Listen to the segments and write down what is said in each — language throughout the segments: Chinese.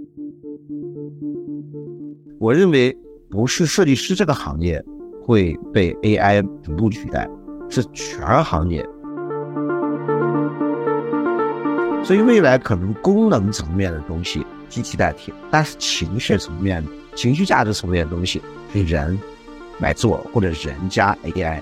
我认为不是设计师这个行业会被 AI 逐步取代，是全行业。所以未来可能功能层面的东西机器代替，但是情绪层面的、情绪价值层面的东西是人来做，或者人加 AI。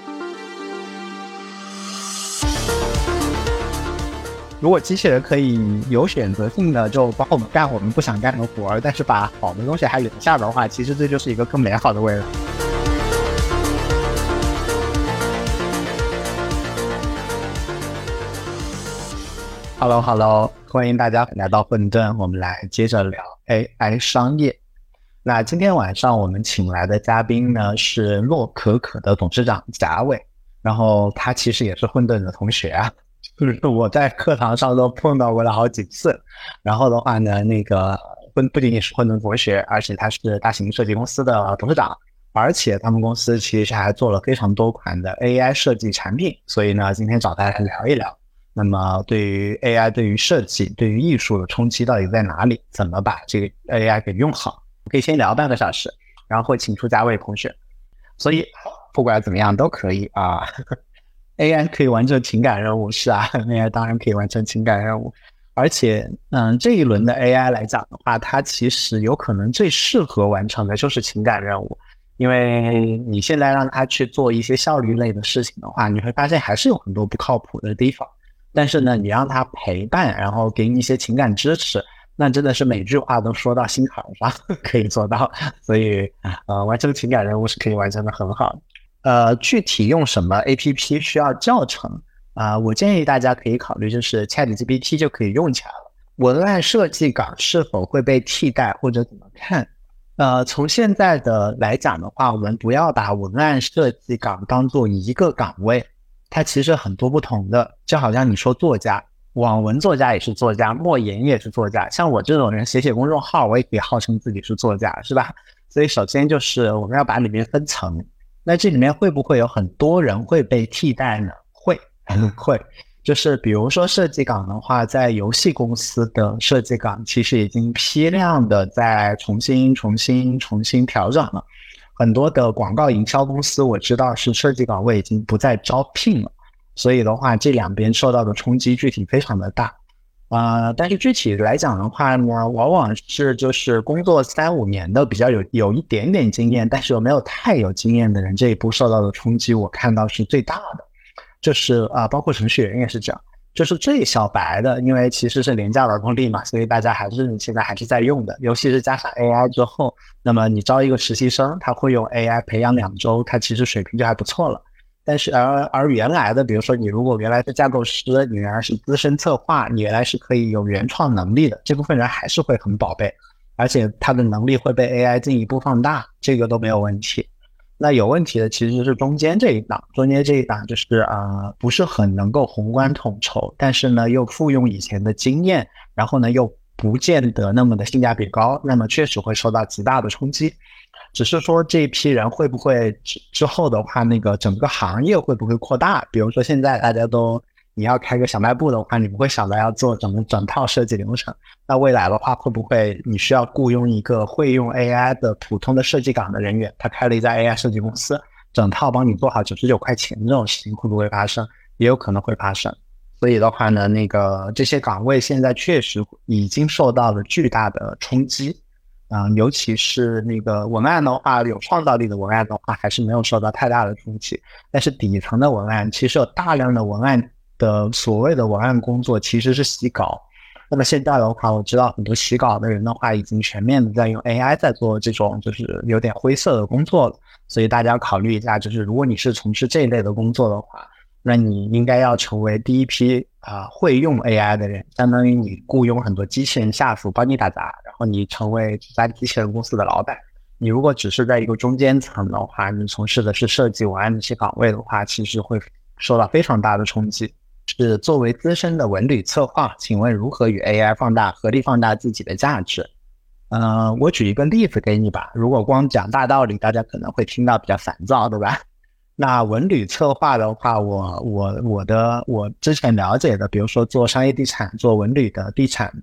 如果机器人可以有选择性的就帮我们干我们不想干的活，但是把好的东西还留下的话，其实这就是一个更美好的未来。Hello， 欢迎大家来到混沌，我们来接着聊 AI 商业。那今天晚上我们请来的嘉宾呢是洛可可的董事长贾伟，然后他其实也是混沌的同学啊，就是我在课堂上都碰到过了好几次。然后的话呢，那个不仅仅是混沌同学，而且他是大型设计公司的董事长，而且他们公司其实还做了非常多款的 AI 设计产品。所以呢，今天找大家来聊一聊，那么对于 AI 对于设计对于艺术的冲击到底在哪里，怎么把这个 AI 给用好。可以先聊半个小时，然后会请出贾伟同学。所以不管怎么样都可以啊。AI 可以完成情感任务，是啊 AI 当然可以完成情感任务。而且这一轮的 AI 来讲的话，它其实有可能最适合完成的就是情感任务。因为你现在让它去做一些效率类的事情的话，你会发现还是有很多不靠谱的地方。但是呢，你让它陪伴，然后给你一些情感支持，那真的是每句话都说到心坎上，可以做到。所以完成情感任务是可以完成的很好的。具体用什么 APP 需要教程我建议大家可以考虑就是 ChatGPT 就可以用起来了。文案设计岗是否会被替代或者怎么看？从现在的来讲的话，我们不要把文案设计岗当做一个岗位，它其实很多不同的。就好像你说作家，网文作家也是作家，莫言也是作家，像我这种人写公众号，我也可以号称自己是作家，是吧？所以首先就是我们要把里面分层。那这里面会不会有很多人会被替代呢？会。就是比如说设计岗的话，在游戏公司的设计岗其实已经批量的在重新调整了。很多的广告营销公司我知道是设计岗位已经不再招聘了。所以的话，这两边受到的冲击具体非常的大。但是具体来讲的话呢，往往是就是工作3-5年的比较有一点点经验，但是又没有太有经验的人，这一步受到的冲击我看到是最大的。就是包括程序员也是这样，就是最小白的，因为其实是廉价劳动力嘛，所以大家现在还是在用的。尤其是加上 AI 之后，那么你招一个实习生，他会用 AI 培养2周，他其实水平就还不错了。但是而原来的，比如说你如果原来是架构师，你原来是资深策划，你原来是可以有原创能力的，这部分人还是会很宝贝，而且他的能力会被 AI 进一步放大，这个都没有问题。那有问题的其实是中间这一档就是不是很能够宏观统筹，但是呢又复用以前的经验，然后呢又不见得那么的性价比高，那么确实会受到极大的冲击。只是说这一批人会不会之后的话，那个整个行业会不会扩大？比如说现在大家你要开个小卖部的话，你不会想到要做整套设计流程。那未来的话，会不会你需要雇佣一个会用 AI 的普通的设计岗的人员，他开了一家 AI 设计公司，整套帮你做好99块钱，这种事情会不会发生？也有可能会发生。所以的话呢，那个这些岗位现在确实已经受到了巨大的冲击。尤其是那个文案的话，有创造力的文案的话还是没有受到太大的冲击，但是底层的文案其实有大量的文案的所谓的文案工作其实是洗稿。那么现在的话，我知道很多洗稿的人的话已经全面的在用 AI 在做这种就是有点灰色的工作了。所以大家要考虑一下，就是如果你是从事这一类的工作的话，那你应该要成为第一批会用 AI 的人，相当于你雇佣很多机器人下属帮你打杂，然后你成为这家机器人公司的老板。你如果只是在一个中间层的话，你从事的是设计文案的这些岗位的话，其实会受到非常大的冲击。是作为资深的文旅策划，请问如何与 AI 合力放大自己的价值？我举一个例子给你吧。如果光讲大道理，大家可能会听到比较烦躁，对吧？那文旅策划的话，我之前了解的，比如说做商业地产、做文旅的地产的，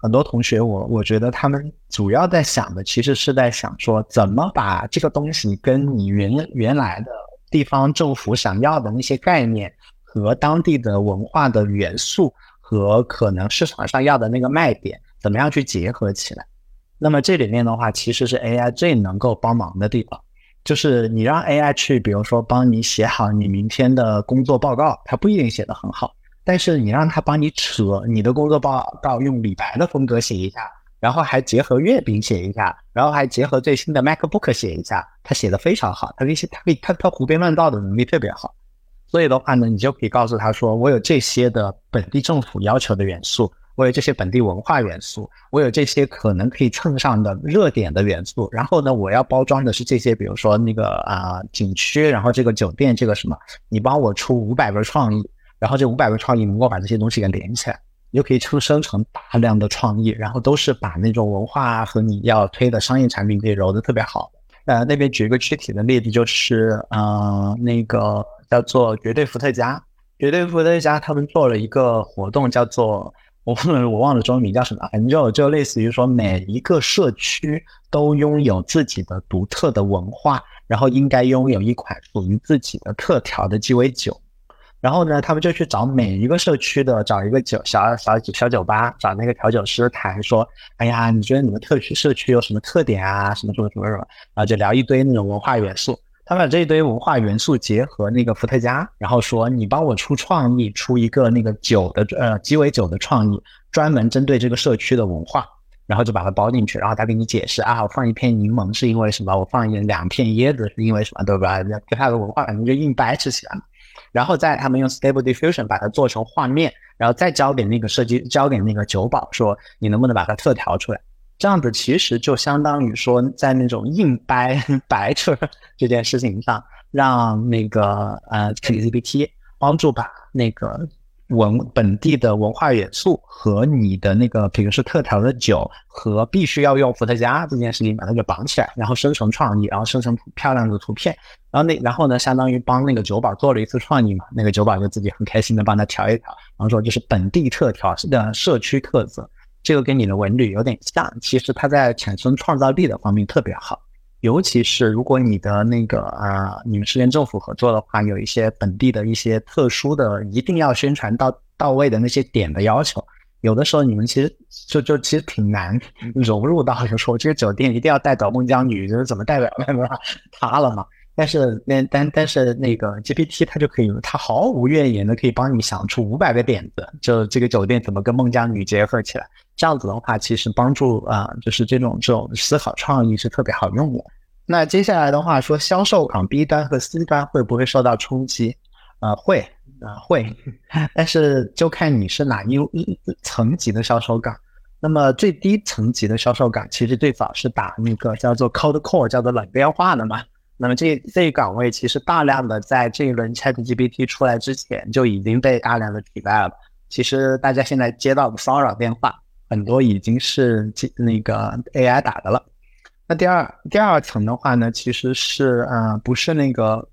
很多同学我觉得他们主要在想的其实是在想说怎么把这个东西跟你原来的地方政府想要的那些概念和当地的文化的元素和可能市场上要的那个卖点怎么样去结合起来。那么这里面的话其实是 AI 最能够帮忙的地方，就是你让 AI 去比如说帮你写好你明天的工作报告，它不一定写得很好，但是你让它帮你扯你的工作报告用李白的风格写一下，然后还结合月饼写一下，然后还结合最新的 MacBook 写一下，它写得非常好，它胡编乱造的能力特别好。所以的话呢，你就可以告诉他说，我有这些的本地政府要求的元素，我有这些本地文化元素，我有这些可能可以蹭上的热点的元素，然后呢，我要包装的是这些，比如说那个景区，然后这个酒店，这个什么，你帮我出500个创意，然后这500个创意能够把这些东西给连起来，你就可以生成大量的创意，然后都是把那种文化和你要推的商业产品可以揉得特别好。那边举一个具体的例子，就是那个叫做绝对伏特加，绝对伏特加他们做了一个活动，叫做我忘了中文名叫什么，反正就类似于说每一个社区都拥有自己的独特的文化，然后应该拥有一款属于自己的特调的鸡尾酒。然后呢，他们就去找每一个社区的，找一个小酒吧，找那个调酒师谈说，哎呀，你觉得你们社区有什么特点啊？什么，就聊一堆那种文化元素。他们把这一堆文化元素结合那个伏特加，然后说你帮我出创意，出一个那个酒的鸡尾酒的创意，专门针对这个社区的文化。然后就把它包进去，然后他给你解释我放一片柠檬是因为什么，我放2片椰子是因为什么，对吧？跟他的文化反正就硬掰扯起来了。然后他们用 Stable Diffusion 把它做成画面，然后再交给那个交给那个酒保说你能不能把它特调出来。这样子其实就相当于说在那种硬掰扯这件事情上，让那个ChatGPT 帮助把那个本地的文化元素和你的那个比如是特调的酒和必须要用伏特加这件事情把它给绑起来，然后生成创意，然后生成漂亮的图片，然后呢相当于帮那个酒保做了一次创意嘛，那个酒保就自己很开心的帮他调一调，然后说这是本地特调的社区特色，这个跟你的文旅有点像，其实它在产生创造力的方面特别好。尤其是如果你的那个你们是跟政府合作的话，有一些本地的一些特殊的一定要宣传到位的那些点的要求，有的时候你们其实其实挺难融入到，就说这个酒店一定要带走孟姜女，就是怎么代表他了嘛。但是那个 GPT 它就可以，它毫无怨言的可以帮你想出500个点子，就这个酒店怎么跟孟姜女结合起来。这样子的话其实帮助就是这种思考创意是特别好用的。那接下来的话说销售岗 B 端和 C 端会不会受到冲击？会，但是就看你是哪一层级的销售岗。那么最低层级的销售岗其实最早是打那个叫做 cold call， 叫做冷电话的嘛。那么这一岗位其实大量的在这一轮 ChatGPT 出来之前就已经被大量的替代了。其实大家现在接到的骚扰电话很多已经是那个 AI 打的了。那第二层的话呢，其实是不是那个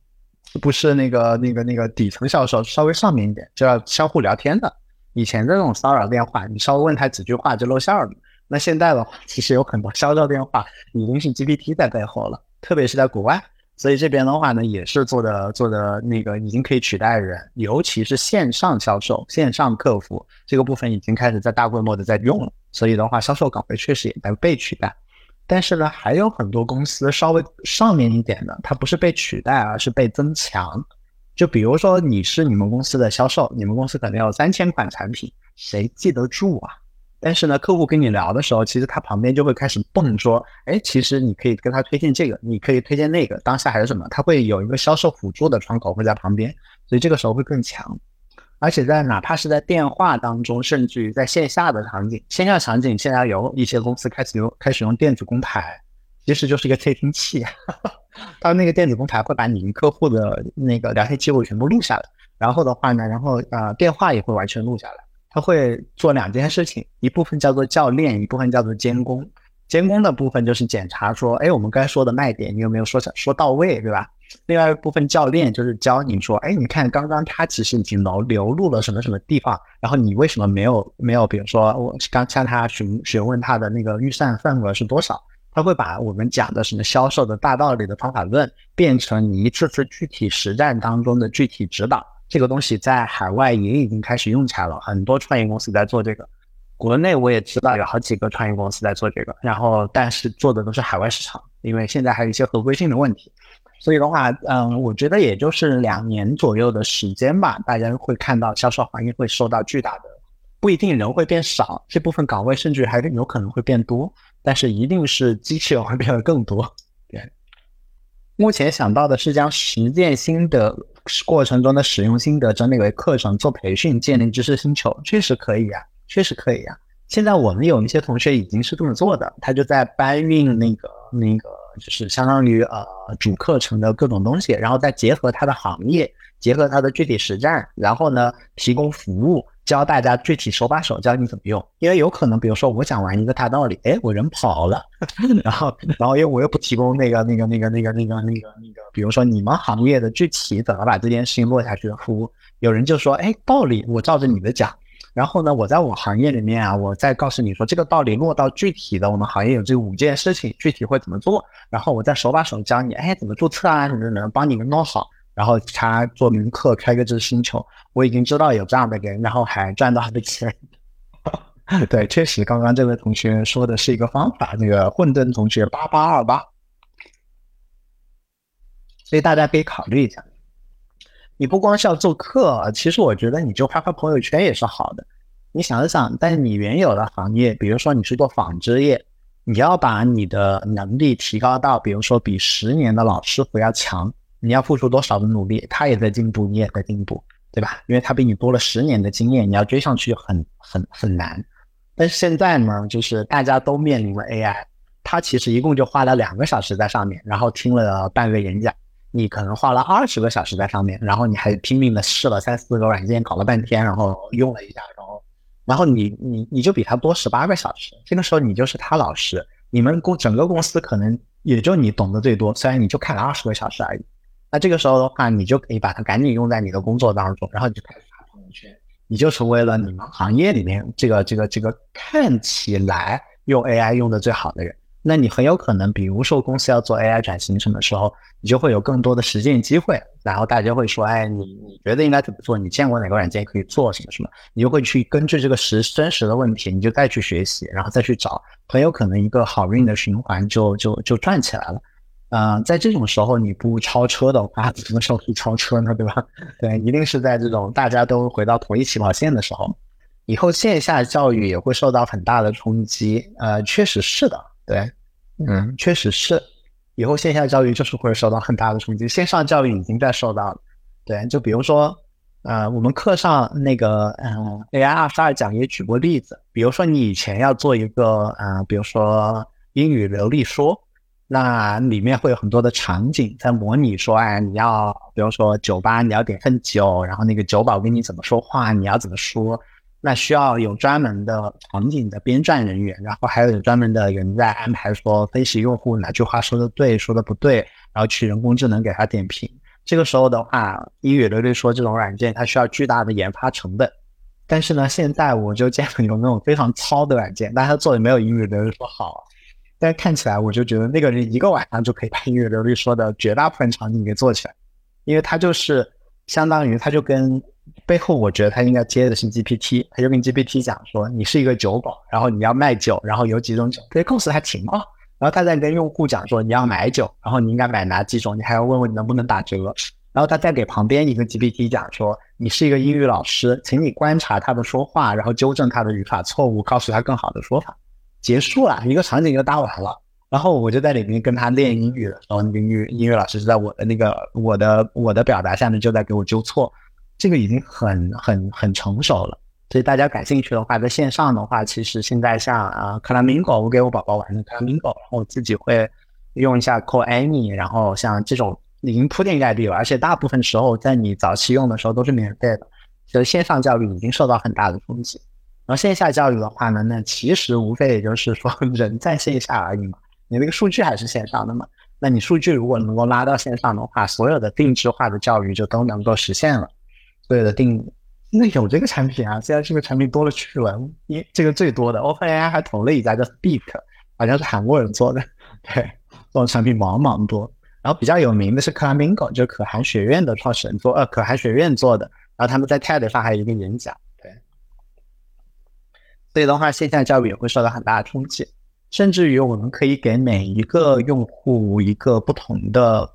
底层销售，稍微上面一点，就要相互聊天的。以前这种骚扰电话，你稍微问他几句话就露馅了。那现在的话，其实有很多销售电话已经是 GPT 在背后了，特别是在国外。所以这边的话呢，也是做的那个已经可以取代人，尤其是线上销售、线上客服这个部分已经开始在大规模的在用了。所以的话，销售岗位确实也在被取代。但是呢，还有很多公司稍微上面一点的，它不是被取代，而是被增强。就比如说你是你们公司的销售，你们公司可能有3000款产品，谁记得住啊？但是呢，客户跟你聊的时候，其实他旁边就会开始蹦说，其实你可以跟他推荐这个，你可以推荐那个，当下还是什么，他会有一个销售辅助的窗口会在旁边，所以这个时候会更强。而且哪怕是在电话当中，甚至于在线下的场景，线下场景现在有一些公司开始用电子工牌，其实就是一个窃听器。它那个电子工牌会把你客户的那个聊天记录全部录下来，然后的话呢，电话也会完全录下来。它会做2件事情，一部分叫做教练，一部分叫做监工。 监工的部分就是检查说，哎，我们该说的卖点你有没有说到位，对吧？另外一部分教练就是教你说，哎，你看刚刚他其实已经流入了什么什么地方，然后你为什么没有，比如说我刚向他询问他的那个预算份额是多少，他会把我们讲的什么销售的大道理的方法论变成你一次次具体实战当中的具体指导。这个东西在海外也已经开始用起来了，很多创业公司在做这个。国内我也知道有好几个创业公司在做这个，然后但是做的都是海外市场，因为现在还有一些合规性的问题。所以的话，我觉得也就是2年左右的时间吧，大家会看到销售行业会受到巨大的，不一定人会变少，这部分岗位甚至还有可能会变多，但是一定是机器人会变得更多。对，目前想到的是将实践心得过程中的使用心得整理为课程做培训，建立知识星球，确实可以啊，确实可以啊。现在我们有一些同学已经是这么做的，他就在搬运那个就是相当于主课程的各种东西，然后再结合他的行业，结合他的具体实战，然后呢提供服务，教大家具体手把手教你怎么用。因为有可能比如说我讲完一个大道理，哎，我人跑了然后因为我又不提供那个比如说你们行业的具体怎么把这件事情落下去的服务，有人就说，哎，道理我照着你的讲，然后呢我在我行业里面啊，我再告诉你说这个道理落到具体的我们行业有这5件事情具体会怎么做，然后我再手把手教你，哎，怎么注册啊，怎么帮你弄好，然后他做名课开个知识星球，我已经知道有这样的人，然后还赚到他的钱对，确实刚刚这位同学说的是一个方法，那个混沌同学8828，所以大家可以考虑一下。你不光是要做课，其实我觉得你就发朋友圈也是好的。你想一想，在你原有的行业，比如说你是做纺织业，你要把你的能力提高到比如说比10年的老师傅要强，你要付出多少的努力，他也在进步，你也在进步，对吧？因为他比你多了10年的经验，你要追上去很难。但是现在呢，就是大家都面临了 AI， 他其实一共就花了2个小时在上面，然后听了半个演讲，你可能花了20个小时在上面，然后你还拼命的试了3、4个软件，搞了半天，然后用了一下，然后你就比他多18个小时，这个时候你就是他老师，你们整个公司可能也就你懂得最多，虽然你就看了20个小时而已。那这个时候的话，你就可以把它赶紧用在你的工作当中，然后你就开始发朋友圈，你就成为了你们行业里面这个看起来用 AI 用的最好的人。那你很有可能比如说公司要做 AI 转型什么时候，你就会有更多的实践机会，然后大家会说，哎，你觉得应该怎么做，你见过哪个软件可以做什么什么，你就会去根据这个真实的问题，你就再去学习，然后再去找，很有可能一个好运的循环就转起来了。在这种时候你不超车的话，怎么时候去超车呢，对吧？对，一定是在这种大家都回到同一起跑线的时候。以后线下教育也会受到很大的冲击，确实是的，对，确实是，以后线下教育就是会受到很大的冲击，线上教育已经在受到了，对，就比如说，我们课上那个AI 22讲也举过例子，比如说你以前要做一个比如说英语流利说，那里面会有很多的场景在模拟说，哎，你要比如说酒吧你要点份酒，然后那个酒保跟你怎么说话，你要怎么说。那需要有专门的场景的编撰人员，然后还有专门的人在安排说分析用户哪句话说的对说的不对，然后去人工智能给他点评。这个时候的话，英语流利说这种软件它需要巨大的研发成本，但是呢现在我就见有那种非常糙的软件，但它做的没有英语流利说好，但是看起来我就觉得那个人一个晚上就可以把英语流利说的绝大部分场景给做起来，因为它就是相当于它就跟背后我觉得他应该接的是 GPT， 他就跟 GPT 讲说，你是一个酒保，然后你要卖酒，然后有几种酒，这故事还挺好。然后他再跟用户讲说，你要买酒，然后你应该买哪几种，你还要问问你能不能打折。然后他再给旁边一个 GPT 讲说，你是一个英语老师，请你观察他的说话，然后纠正他的语法错误，告诉他更好的说法。结束了，一个场景就搭完了。然后我就在里面跟他练英语的时候，那个英语老师就在我的那个我的表达下面就在给我纠错。这个已经很成熟了，所以大家感兴趣的话，在线上的话，其实现在像Flamingo，我给我宝宝玩的 Flamingo， 然后我自己会用一下 Codemy， 然后像这种已经铺天盖地了，而且大部分时候在你早期用的时候都是免费的，所以线上教育已经受到很大的冲击。 然后线下教育的话呢，那其实无非也就是说人在线下而已嘛，你那个数据还是线上的嘛。那你数据如果能够拉到线上的话，所有的定制化的教育就都能够实现了。所有的那有这个产品啊，现在这个产品多了去了，这个最多的 OpenAI 还投了一家叫 Speak， 好像是韩国人做的，对，这种产品茫多。然后比较有名的是克拉明狗，就是可汗学院的创始人可汗学院做的，然后他们在 TED 上还有一个演讲，对。所以的话，线下教育也会受到很大的冲击，甚至于我们可以给每一个用户一个不同的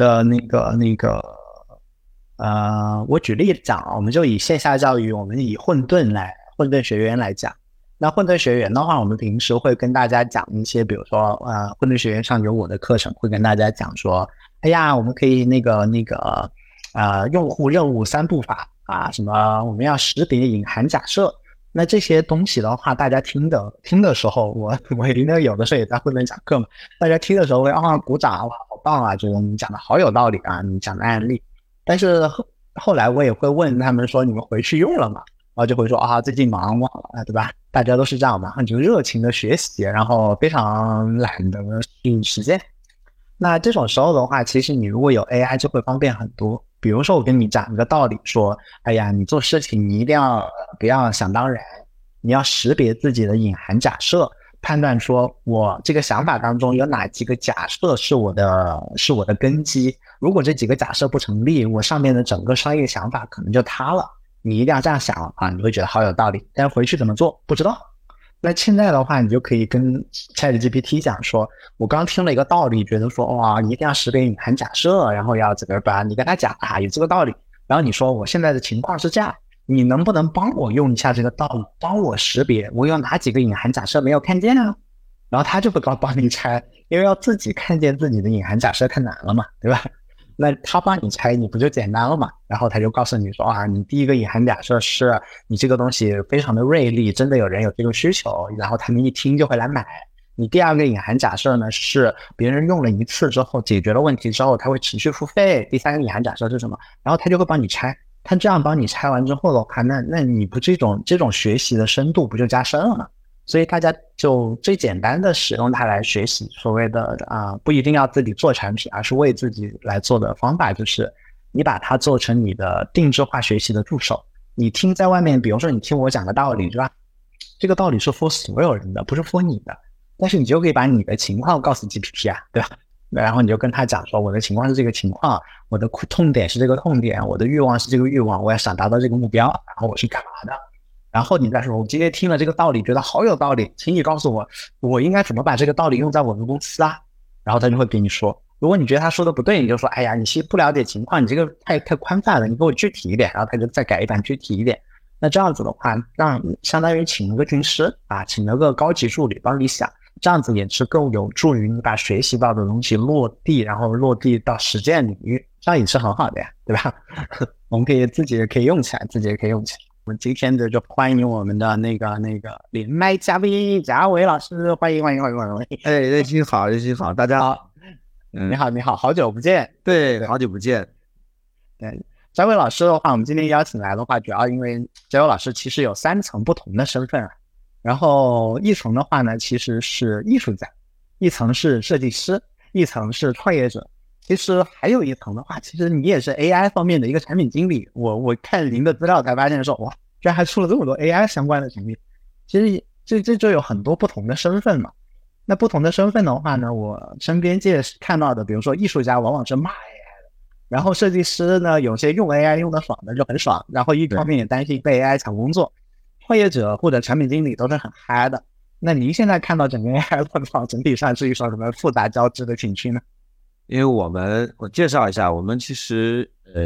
我举例讲，我们就以线下教育，我们以混沌学员来讲。那混沌学员的话，我们平时会跟大家讲一些，比如说混沌学员上有我的课程，会跟大家讲说，哎呀，我们可以用户任务3步法啊，什么我们要识别隐含假设。那这些东西的话，大家听的时候，我有的时候也在混沌讲课嘛，大家听的时候会鼓掌，哇，好棒啊，就是你讲的好有道理啊，你讲的案例。但是后来我也会问他们说，你们回去用了吗？然后就会说最近忙忘了，对吧？大家都是这样嘛，就热情的学习，然后非常懒得去实践。那这种时候的话，其实你如果有 AI 就会方便很多。比如说我跟你讲一个道理，说，哎呀，你做事情你一定要不要想当然，你要识别自己的隐含假设，判断说我这个想法当中有哪几个假设是我的根基。如果这几个假设不成立，我上面的整个商业想法可能就塌了。你一定要这样想啊，你会觉得好有道理，但是回去怎么做不知道。那现在的话，你就可以跟 ChatGPT 讲说，我刚听了一个道理，觉得说哇，你一定要识别隐含假设，然后要怎么办？你跟他讲有这个道理，然后你说我现在的情况是这样，你能不能帮我用一下这个道理，帮我识别我有哪几个隐含假设没有看见啊？然后他就会帮你拆，因为要自己看见自己的隐含假设太难了嘛，对吧？那他帮你拆，你不就简单了嘛？然后他就告诉你说你第一个隐含假设是你这个东西非常的锐利，真的有人有这个需求，然后他们一听就会来买。你第二个隐含假设呢是别人用了一次之后解决了问题之后他会持续付费。第三个隐含假设是什么？然后他就会帮你拆。他这样帮你拆完之后的话，那你不这种学习的深度不就加深了吗？所以大家就最简单的使用它来学习，所谓的不一定要自己做产品，而是为自己来做的方法，就是你把它做成你的定制化学习的助手。你听在外面，比如说你听我讲个道理，对吧？这个道理是 for 所有人的，不是 for 你的，但是你就可以把你的情况告诉 GPT 对吧？然后你就跟他讲说，我的情况是这个情况，我的痛点是这个痛点，我的欲望是这个欲望，我要想达到这个目标，然后我是干嘛的。然后你再说，我今天听了这个道理，觉得好有道理，请你告诉我，我应该怎么把这个道理用在我们公司啊？然后他就会给你说，如果你觉得他说的不对，你就说，哎呀，你其实不了解情况，你这个太宽泛了，你给我具体一点。然后他就再改一版具体一点。那这样子的话，让相当于请了个军师请了个高级助理帮你想，这样子也是更有助于你把学习到的东西落地，然后落地到实践领域，这样也是很好的呀，对吧？我们自己也可以用起来。我们今天就欢迎我们的那个连麦嘉宾贾伟老师，欢迎。 任鑫好，大家好。 你好，好久不见。 对，好久不见。 对，贾伟老师的话，我们今天邀请来的话，主要因为贾伟老师其实有3层不同的身份然后一层的话呢，其实是艺术家，一层是设计师，一层是创业者。其实还有一层的话，其实你也是 AI 方面的一个产品经理。我看您的资料才发现说，哇，居然还出了这么多 AI 相关的产品。其实这就有很多不同的身份嘛。那不同的身份的话呢，我身边看到的，比如说艺术家往往是骂 AI 的，然后设计师呢，有些用 AI 用的爽的就很爽，然后一方面也担心被 AI 抢工作。创业者或者产品经理都是很嗨的。那您现在看到整个 AI 碰撞整体上是一双什么复杂交织的景区呢？ 因为我介绍一下，我们其实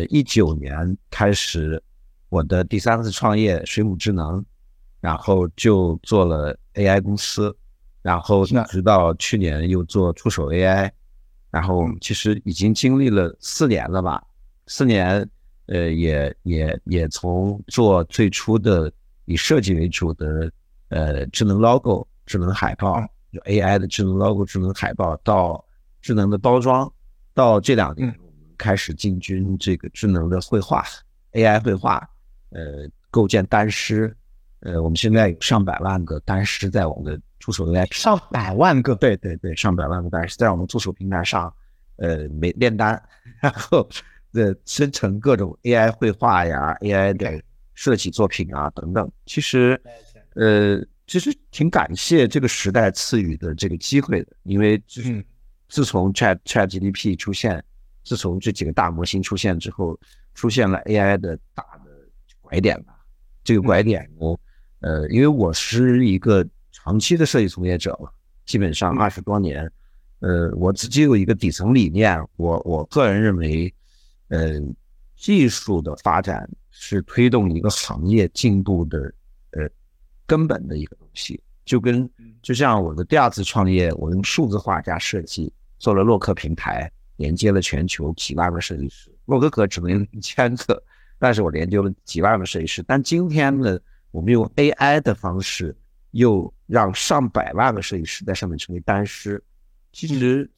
19年开始我的第3次创业水母智能，然后就做了 AI 公司，然后直到去年又做触手 AI， 然后其实已经经历了4年了吧，4年也从做最初的以设计为主的智能 logo 智能海报，就 AI 的智能 logo 智能海报，到智能的包装，到这2年我们开始进军这个智能的绘画 AI 绘画，构建单师， 我们现在有上百万个单师在我们的助手 AI 上百万个， 对对对，上百万个单师在我们助手平台上，每炼单，然后生成各种 AI 绘画呀、AI 的设计作品啊等等。其实挺感谢这个时代赐予的这个机会的，因为自从 ChatGPT 出现，自从这几个大模型出现之后，出现了 AI 的大的拐点吧。这个拐点呢，因为我是一个长期的设计从业者嘛，基本上20多年，我自己有一个底层理念，我个人认为，技术的发展是推动一个行业进步的根本的一个东西，就像我的第二次创业，我用数字化加设计做了洛克平台，连接了全球几万个设计师。洛克可只能1000个，但是我连接了几万个设计师。但今天呢，我们用 AI 的方式，又让上百万个设计师在上面成为单师。其实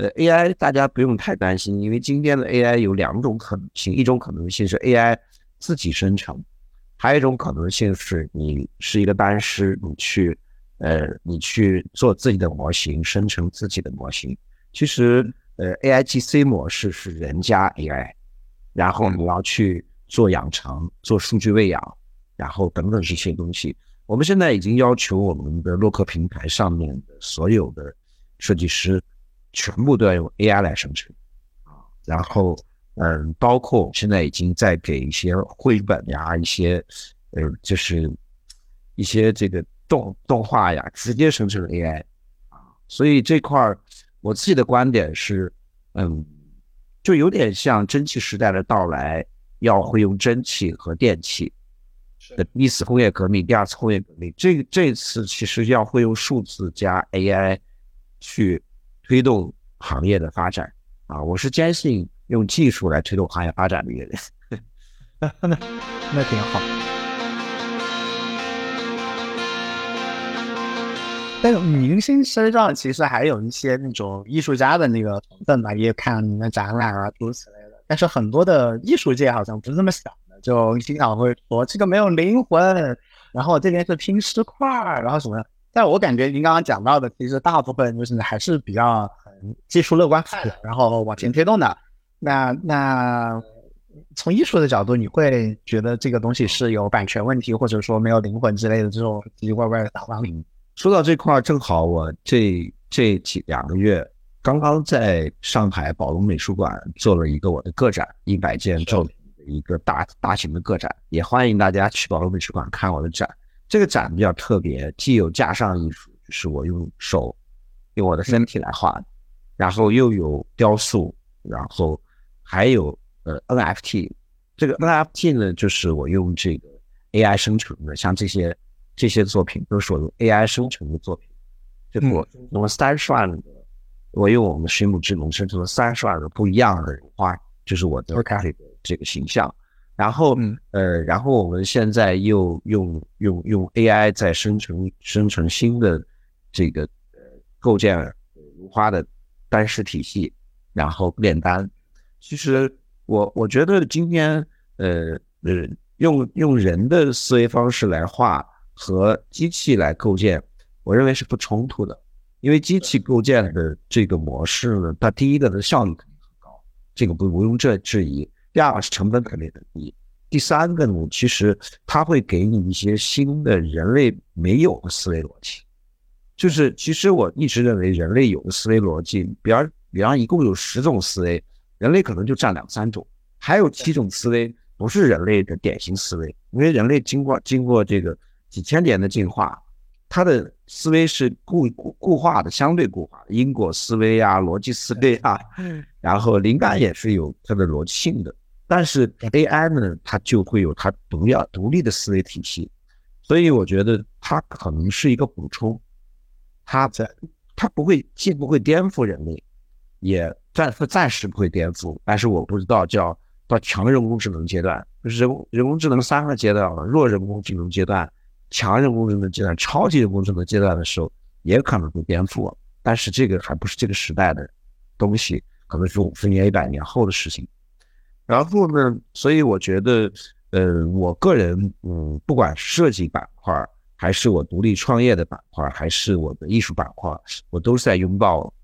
AI 大家不用太担心，因为今天的 AI 有2种可能性，一种可能性是 AI 自己生成，还有一种可能性是你是一个单师，你去做自己的模型，生成自己的模型。其实AIGC 模式是人加 AI， 然后你要去做养成、做数据喂养，然后等等这些东西。我们现在已经要求我们的洛克平台上面的所有的设计师全部都要用 AI 来生成啊，然后包括我们现在已经在给一些绘本呀、一些就是一些这个动画呀，直接生成 AI 啊，所以这块我自己的观点是，就有点像蒸汽时代的到来，要会用蒸汽和电气。第一次工业革命，第二次工业革命，这次其实要会用数字加 AI 去推动行业的发展啊！我是坚信用技术来推动行业发展的一个人。 那挺好。但是明星身上其实还有一些那种艺术家的那个成分吧，也看你们展览啊诸如此类的。但是很多的艺术界好像不是这么想的，就经常会说这个没有灵魂，然后这边是拼尸块，然后什么的。但我感觉您刚刚讲到的，其实大部分就是还是比较技术乐观派的，然后往前推动的。那从艺术的角度，你会觉得这个东西是有版权问题，或者说没有灵魂之类的这种奇奇怪怪的想法吗？ 说到这块，正好我这2个月刚刚在上海宝龙美术馆做了一个我的个展，100件作品的一个大型的个展，也欢迎大家去宝龙美术馆看我的展。这个展比较特别，既有架上艺术，就是我用手用我的身体来画的，然后又有雕塑，然后还有NFT。这个 NFT 呢，就是我用这个 AI 生成的，像这些作品都是我用 AI 生成的作品。这我用了30万的，我用我们水母智能生成了30万个不一样的人画，就是我的这个形象。然后我们现在又用 AI 在生成新的这个构建如花的单式体系，然后炼丹。其实我觉得今天用人的思维方式来画和机器来构建，我认为是不冲突的。因为机器构建的这个模式呢，它第一个的效率肯定很高，这个不容置疑。第二个是成本肯定很低。第三个呢，其实它会给你一些新的人类没有的思维逻辑。就是其实我一直认为人类有的思维逻辑，比方一共有10种思维，人类可能就占2-3种，还有7种思维不是人类的典型思维，因为人类经过这个几千年的进化，它的思维是固化的，相对固化的，因果思维啊，逻辑思维啊，然后灵感也是有它的逻辑性的。但是 AI 呢，它就会有它独立的思维体系，所以我觉得它可能是一个补充，它既不会颠覆人类，也暂时不会颠覆，但是我不知道到强人工智能阶段，就是人工智能3个阶段，弱人工智能阶段、强人工智能阶段、超级人工智能阶段的时候，也可能会颠覆，但是这个还不是这个时代的东西，可能是50年、100年后的事情。然后呢，所以我觉得我个人不管是设计板块，还是我独立创业的板块，还是我的艺术板块，我都是在拥抱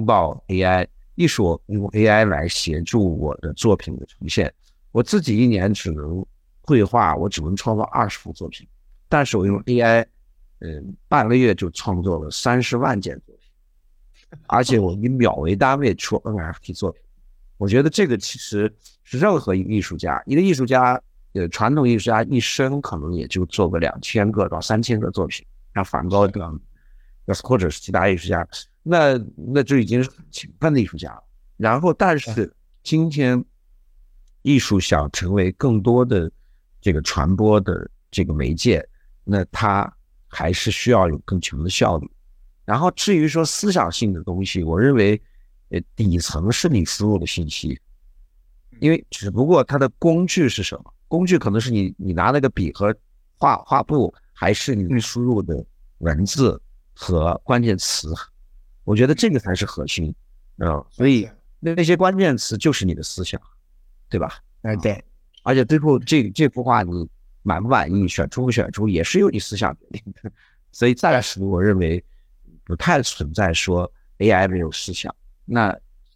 AI。艺术我用 AI 来协助我的作品的呈现。我自己一年只能绘画，我只能创造20幅作品，但是我用 AI，半个月就创作了30万件作品，而且我以秒为单位出 NFT 作品。我觉得这个其实是任何一个艺术家，传统艺术家一生可能也就做个2000个到3000个作品，像梵高这样，或者是其他艺术家，那就已经是很勤奋的艺术家了。然后，但是今天艺术想成为更多的这个传播的这个媒介，那它还是需要有更强的效率。然后至于说思想性的东西，我认为底层是你输入的信息，因为只不过它的工具是什么？工具可能是你拿那个笔和画布，还是你输入的文字和关键词。我觉得这个才是核心，所以那些关键词就是你的思想，对吧？ 对， 而且最后这幅画你满不满意，选出不选出，也是由你思想决定的。所以暂时我认为不太存在说 AI 没有思想，那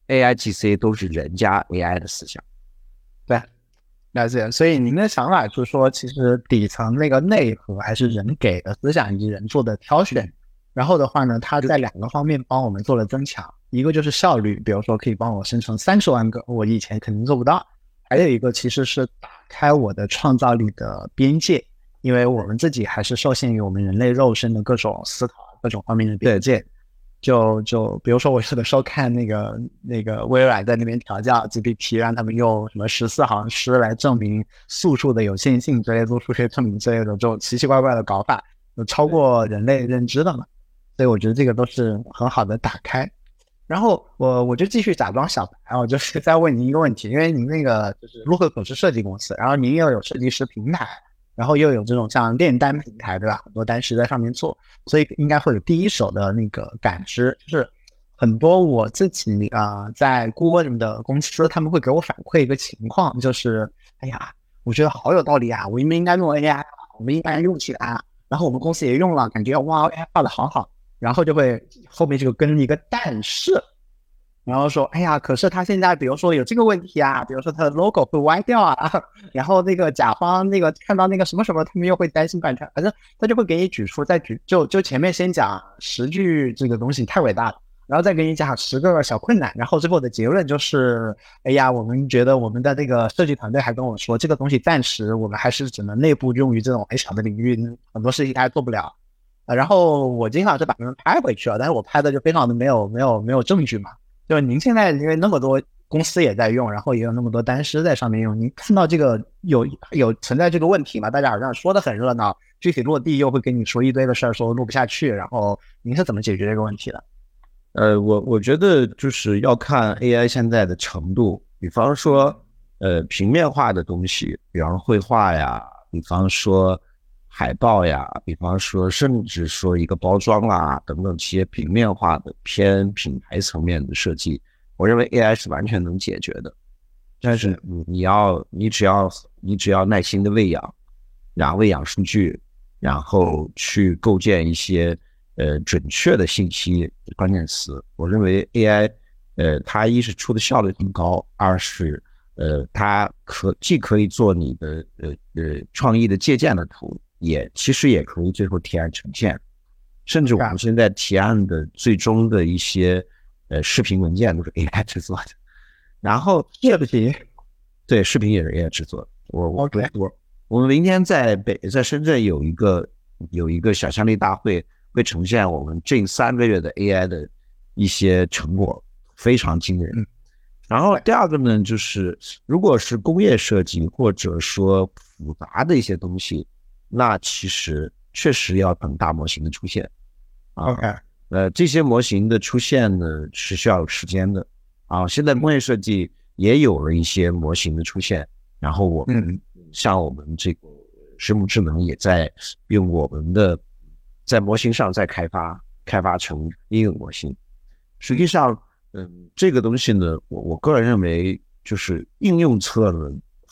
AIGC 都是人加 AI 的思想。 对，了解。所以您的想法就是说，其实底层那个内核还是人给的思想以及人做的挑选。然后的话呢，它在2个方面帮我们做了增强，一个就是效率，比如说可以帮我生成30万个，我以前肯定做不到。还有一个其实是打开我的创造力的边界，因为我们自己还是受限于我们人类肉身的各种思考、各种方面的边界。就比如说我有的时候看那个微软在那边调教 GPT， 让他们用什么14行诗来证明素数的有限性之类，做数学证明之类的这种奇奇怪怪的搞法，有超过人类认知的嘛。所以我觉得这个都是很好的打开。然后我就继续假装小白，我就是再问您一个问题，因为您那个就是洛可可是设计公司，然后您又有设计师平台，然后又有这种像炼丹平台，对吧？很多丹师在上面做，所以应该会有第一手的那个感知。就是很多我自己在顾问的公司，他们会给我反馈一个情况，就是哎呀，我觉得好有道理啊，我们应该用 AI， 我们应该用起来，然后我们公司也用了，感觉哇 AI 画的好好。然后就会后面就跟一个但是，然后说哎呀，可是他现在比如说有这个问题啊，比如说他的 logo 会歪掉啊，然后那个甲方那个看到那个什么什么，他们又会担心版权，反正他就会给你举出就前面先讲10句这个东西太伟大了，然后再给你讲10个小困难，然后最后的结论就是哎呀，我们觉得我们的这个设计团队还跟我说，这个东西暂时我们还是只能内部用于这种很小的领域，很多事情还做不了。然后我经常是把他们拍回去了，但是我拍的就非常的没有证据嘛。就是您现在因为那么多公司也在用，然后也有那么多丹师在上面用，您看到这个有存在这个问题吗？大家好像说的很热闹，具体落地又会跟你说一堆的事儿，说录不下去，然后您是怎么解决这个问题的？ 我觉得就是要看 AI 现在的程度，比方说平面化的东西，比方说绘画呀，比方说海报呀，比方说甚至说一个包装啊等等这些平面化的偏品牌层面的设计，我认为 AI 是完全能解决的。但是你只要耐心的喂养，然后喂养数据，然后去构建一些准确的信息关键词。我认为 AI 它一是出的效率很高，二是它既可以做你的创意的借鉴的图，其实也可以最后提案呈现，甚至我们现在提案的最终的一些视频文件都是 AI 制作的。然后视频， 对，视频也是 AI 制作的。我们明天在深圳有一个想象力大会，会呈现我们近3个月的 AI 的一些成果，非常惊人。然后第二个呢，就是如果是工业设计或者说复杂的一些东西，那其实确实要等大模型的出现。这些模型的出现呢是需要有时间的现在工业设计也有了一些模型的出现，然后我们像我们这个水母智能也在用我们的在模型上再开发成应用模型。实际上这个东西呢，我个人认为就是应用侧呢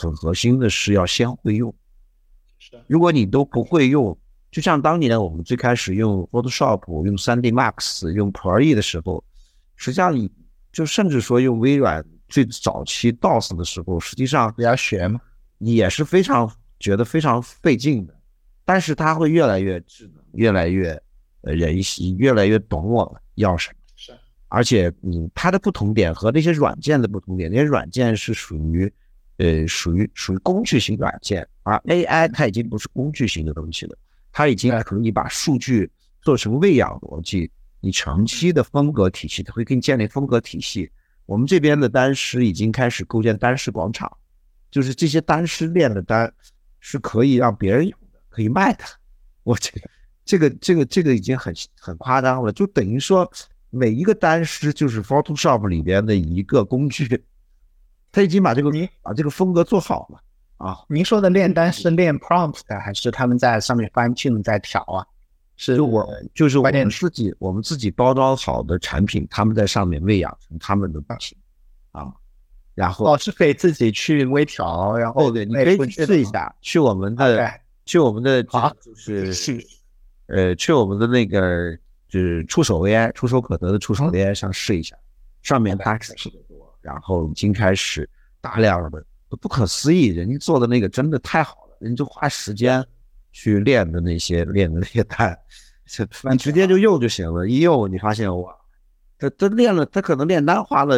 很核心的是要先会用。 是， 如果你都不会用，就像当年我们最开始用 Photoshop、用 3D Max、用 Pro 的时候，实际上你就甚至说用微软最早期 DOS 的时候，实际上也要学嘛， 也是觉得非常费劲的。但是它会越来越智能，越来越人性，越来越懂我们要什么。 是， 而且它的不同点和那些软件的不同点，那些软件是属于工具型软件，而 AI 它已经不是工具型的东西了，它已经可以把数据做成喂养逻辑，你长期的风格体系，它会给你建立风格体系。我们这边的单师已经开始构建单师广场，就是这些单师练的单是可以让别人用的，可以卖的。我这个已经很夸张了，就等于说每一个单师就是 Photoshop 里边的一个工具，他已经把这个风格做好了啊。 您说的练单是练 prompt 还是他们在上面 fine tune 在调啊？是就是我们自己包装好的产品，他们在上面喂养成他们的东西啊。然后是可以自己去微调，然后对，你可以试一下，去我们的去我们的就是去我们的那个就是触手 AI 触手可得的触手 AI 上试一下，上面它是特别多，然后已经开始大量的，不可思议，人家做的那个真的太好了，人家就花时间去练的那些单，你直接就用就行了，一用你发现哇，他练了，他可能练单花了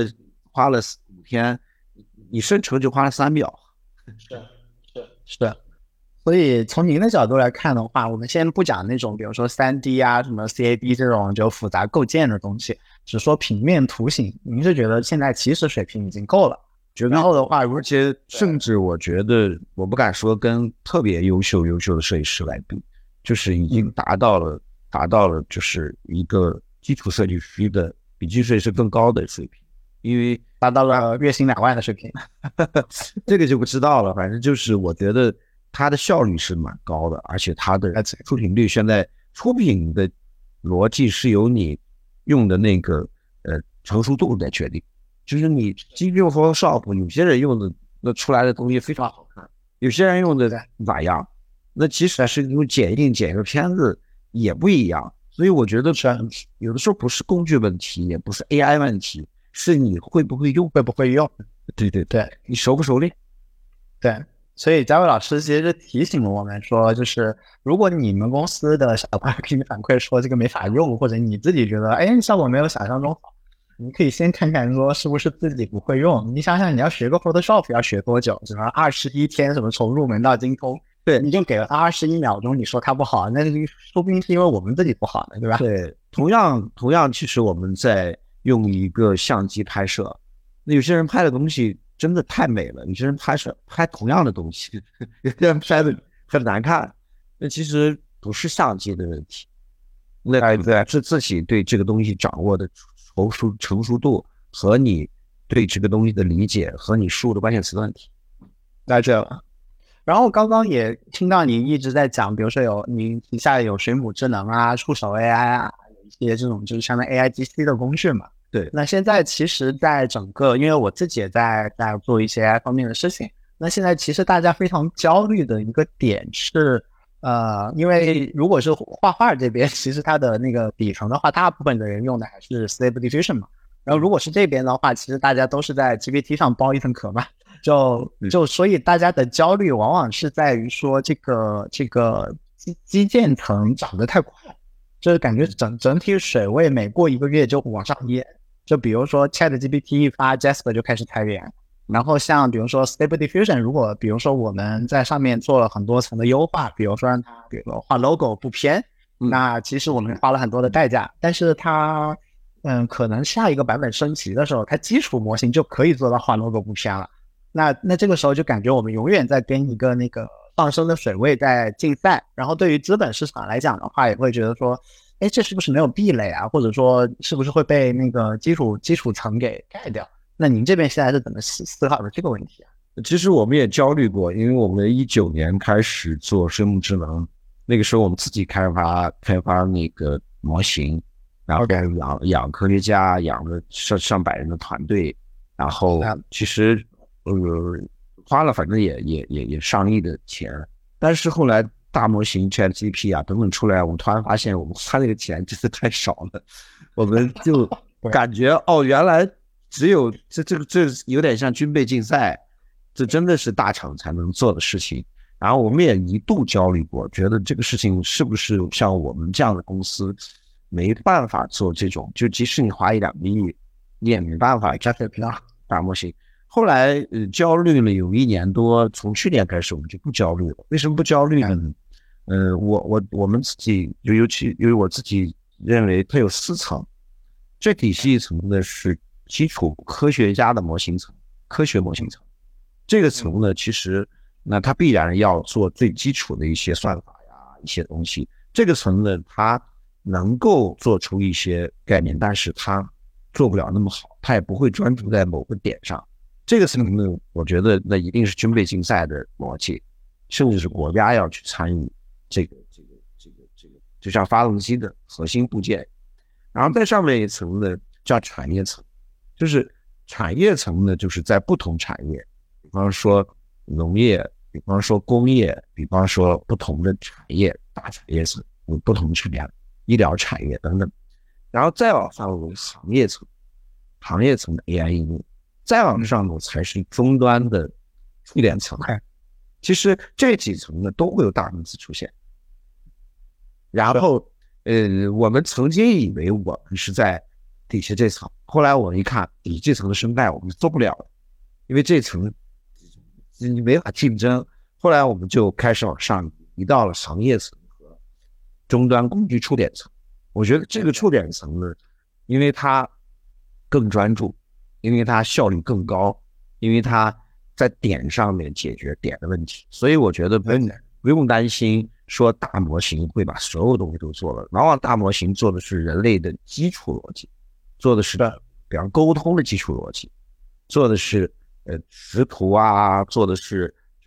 5天，你生成就花了3秒。 是。所以从您的角度来看的话，我们先不讲那种比如说 3D 啊什么 CAD 这种就复杂构建的东西，只说平面图形，您是觉得现在其实水平已经够了？然后的话， 而且甚至我觉得我不敢说跟特别优秀的设计师来比，就是已经达到了就是一个基础设计师的比基础设计师更高的水平，因为达到了月薪2万的水平。 这个就不知道了，反正就是我觉得它的效率是蛮高的，而且它的出品率，现在出品的逻辑是由你用的那个成熟度来决定。就是你用 Photoshop， 有些人用的那出来的东西非常好看，有些人用的咋样？那其实是用剪一个片子也不一样。所以我觉得有的时候不是工具问题，也不是 AI 问题，是你会不会用。对，你熟不熟练？ 对，所以嘉伟老师其实提醒了我们说，就是如果你们公司的小伙伴给你反馈说这个没法用，或者你自己觉得效果没有想象中好，你可以先看看说是不是自己不会用。你想想你要学个 Photoshop 要学多久？什么21天，什么从入门到精通，对，你就给了他21秒钟，你说他不好，那说不定是因为我们自己不好呢，对吧？ 对，同样其实我们在用一个相机拍摄，那有些人拍的东西真的太美了，有些人拍同样的东西，有些人拍的很难看，那其实不是相机的问题，那是自己对这个东西掌握的成熟度和你对这个东西的理解和你输入的关键词的问题。 在这了。然后刚刚也听到你一直在讲，比如说你底下有水母智能啊、触手 AI 啊，有一些这种就是相当于 AIGC 的工具嘛。 对， 那现在其实在整个，因为我自己也在做一些 AI 方面的事情，那现在其实大家非常焦虑的一个点是，因为如果是画画这边，其实它的那个底层的话，大部分的人用的还是 Stable Diffusion 嘛。然后如果是这边的话，其实大家都是在 GPT 上包一层壳嘛，所以大家的焦虑往往是在于说这个基建层涨得太快，就是感觉整体水位每过1个月就往上淹。就比如说 ChatGPT 一发 Jasper 就开始裁员，然后像比如说 Stable Diffusion， 如果比如说我们在上面做了很多层的优化，比如说让它比如说画 logo 不偏，那其实我们花了很多的代价，但是它可能下一个版本升级的时候，它基础模型就可以做到画 logo 不偏了。那这个时候就感觉我们永远在跟一个那个上升的水位在竞赛，然后对于资本市场来讲的话，也会觉得说，这是不是没有壁垒啊？或者说是不是会被那个基础层给盖掉？那您这边现在是怎么思考的这个问题啊？ 其实我们也焦虑过，因为我们19年开始做生物智能，那个时候我们自己开发那个模型，然后养科学家，养了上百人的团队，然后其实花了反正也上亿的钱，但是后来大模型 ChatGPT 啊等等出来，我们突然发现我们花那个钱真的太少了，我们就感觉原来只有这有点像军备竞赛，这真的是大厂才能做的事情。然后我们也一度焦虑过，觉得这个事情是不是像我们这样的公司没办法做这种，就即使你花1-2个亿，你也没办法大模型。后来焦虑了有1年多，从去年开始我们就不焦虑了。为什么不焦虑呢？我们自己尤其因为我自己认为它有4层，最底细一层的是基础科学家的模型层，科学模型层。这个层呢，其实那它必然要做最基础的一些算法呀，一些东西。这个层呢，它能够做出一些概念，但是它做不了那么好，它也不会专注在某个点上。这个层呢，我觉得那一定是军备竞赛的逻辑，甚至是国家要去参与这个，就像发动机的核心部件。然后在上面一层呢叫产业层，就是产业层呢，就是在不同产业，比方说农业，比方说工业，比方说不同的产业，大产业层有不同产业，医疗产业等等。然后再往上为行业层，行业层的 AI 应用。再往上呢才是终端的触点层。其实这几层呢都会有大公司出现。然后我们曾经以为我们是在底下这层，后来我一看底这层的生态我们做不了了，因为这层你没法竞争。后来我们就开始往上移到了行业层和终端工具触点层。我觉得这个触点层呢，因为它更专注，因为它效率更高，因为它在点上面解决点的问题，所以我觉得不用担心说大模型会把所有东西都做了。往往大模型做的是人类的基础逻辑，做的是比方沟通的基础逻辑，做的是识图啊，做的是就是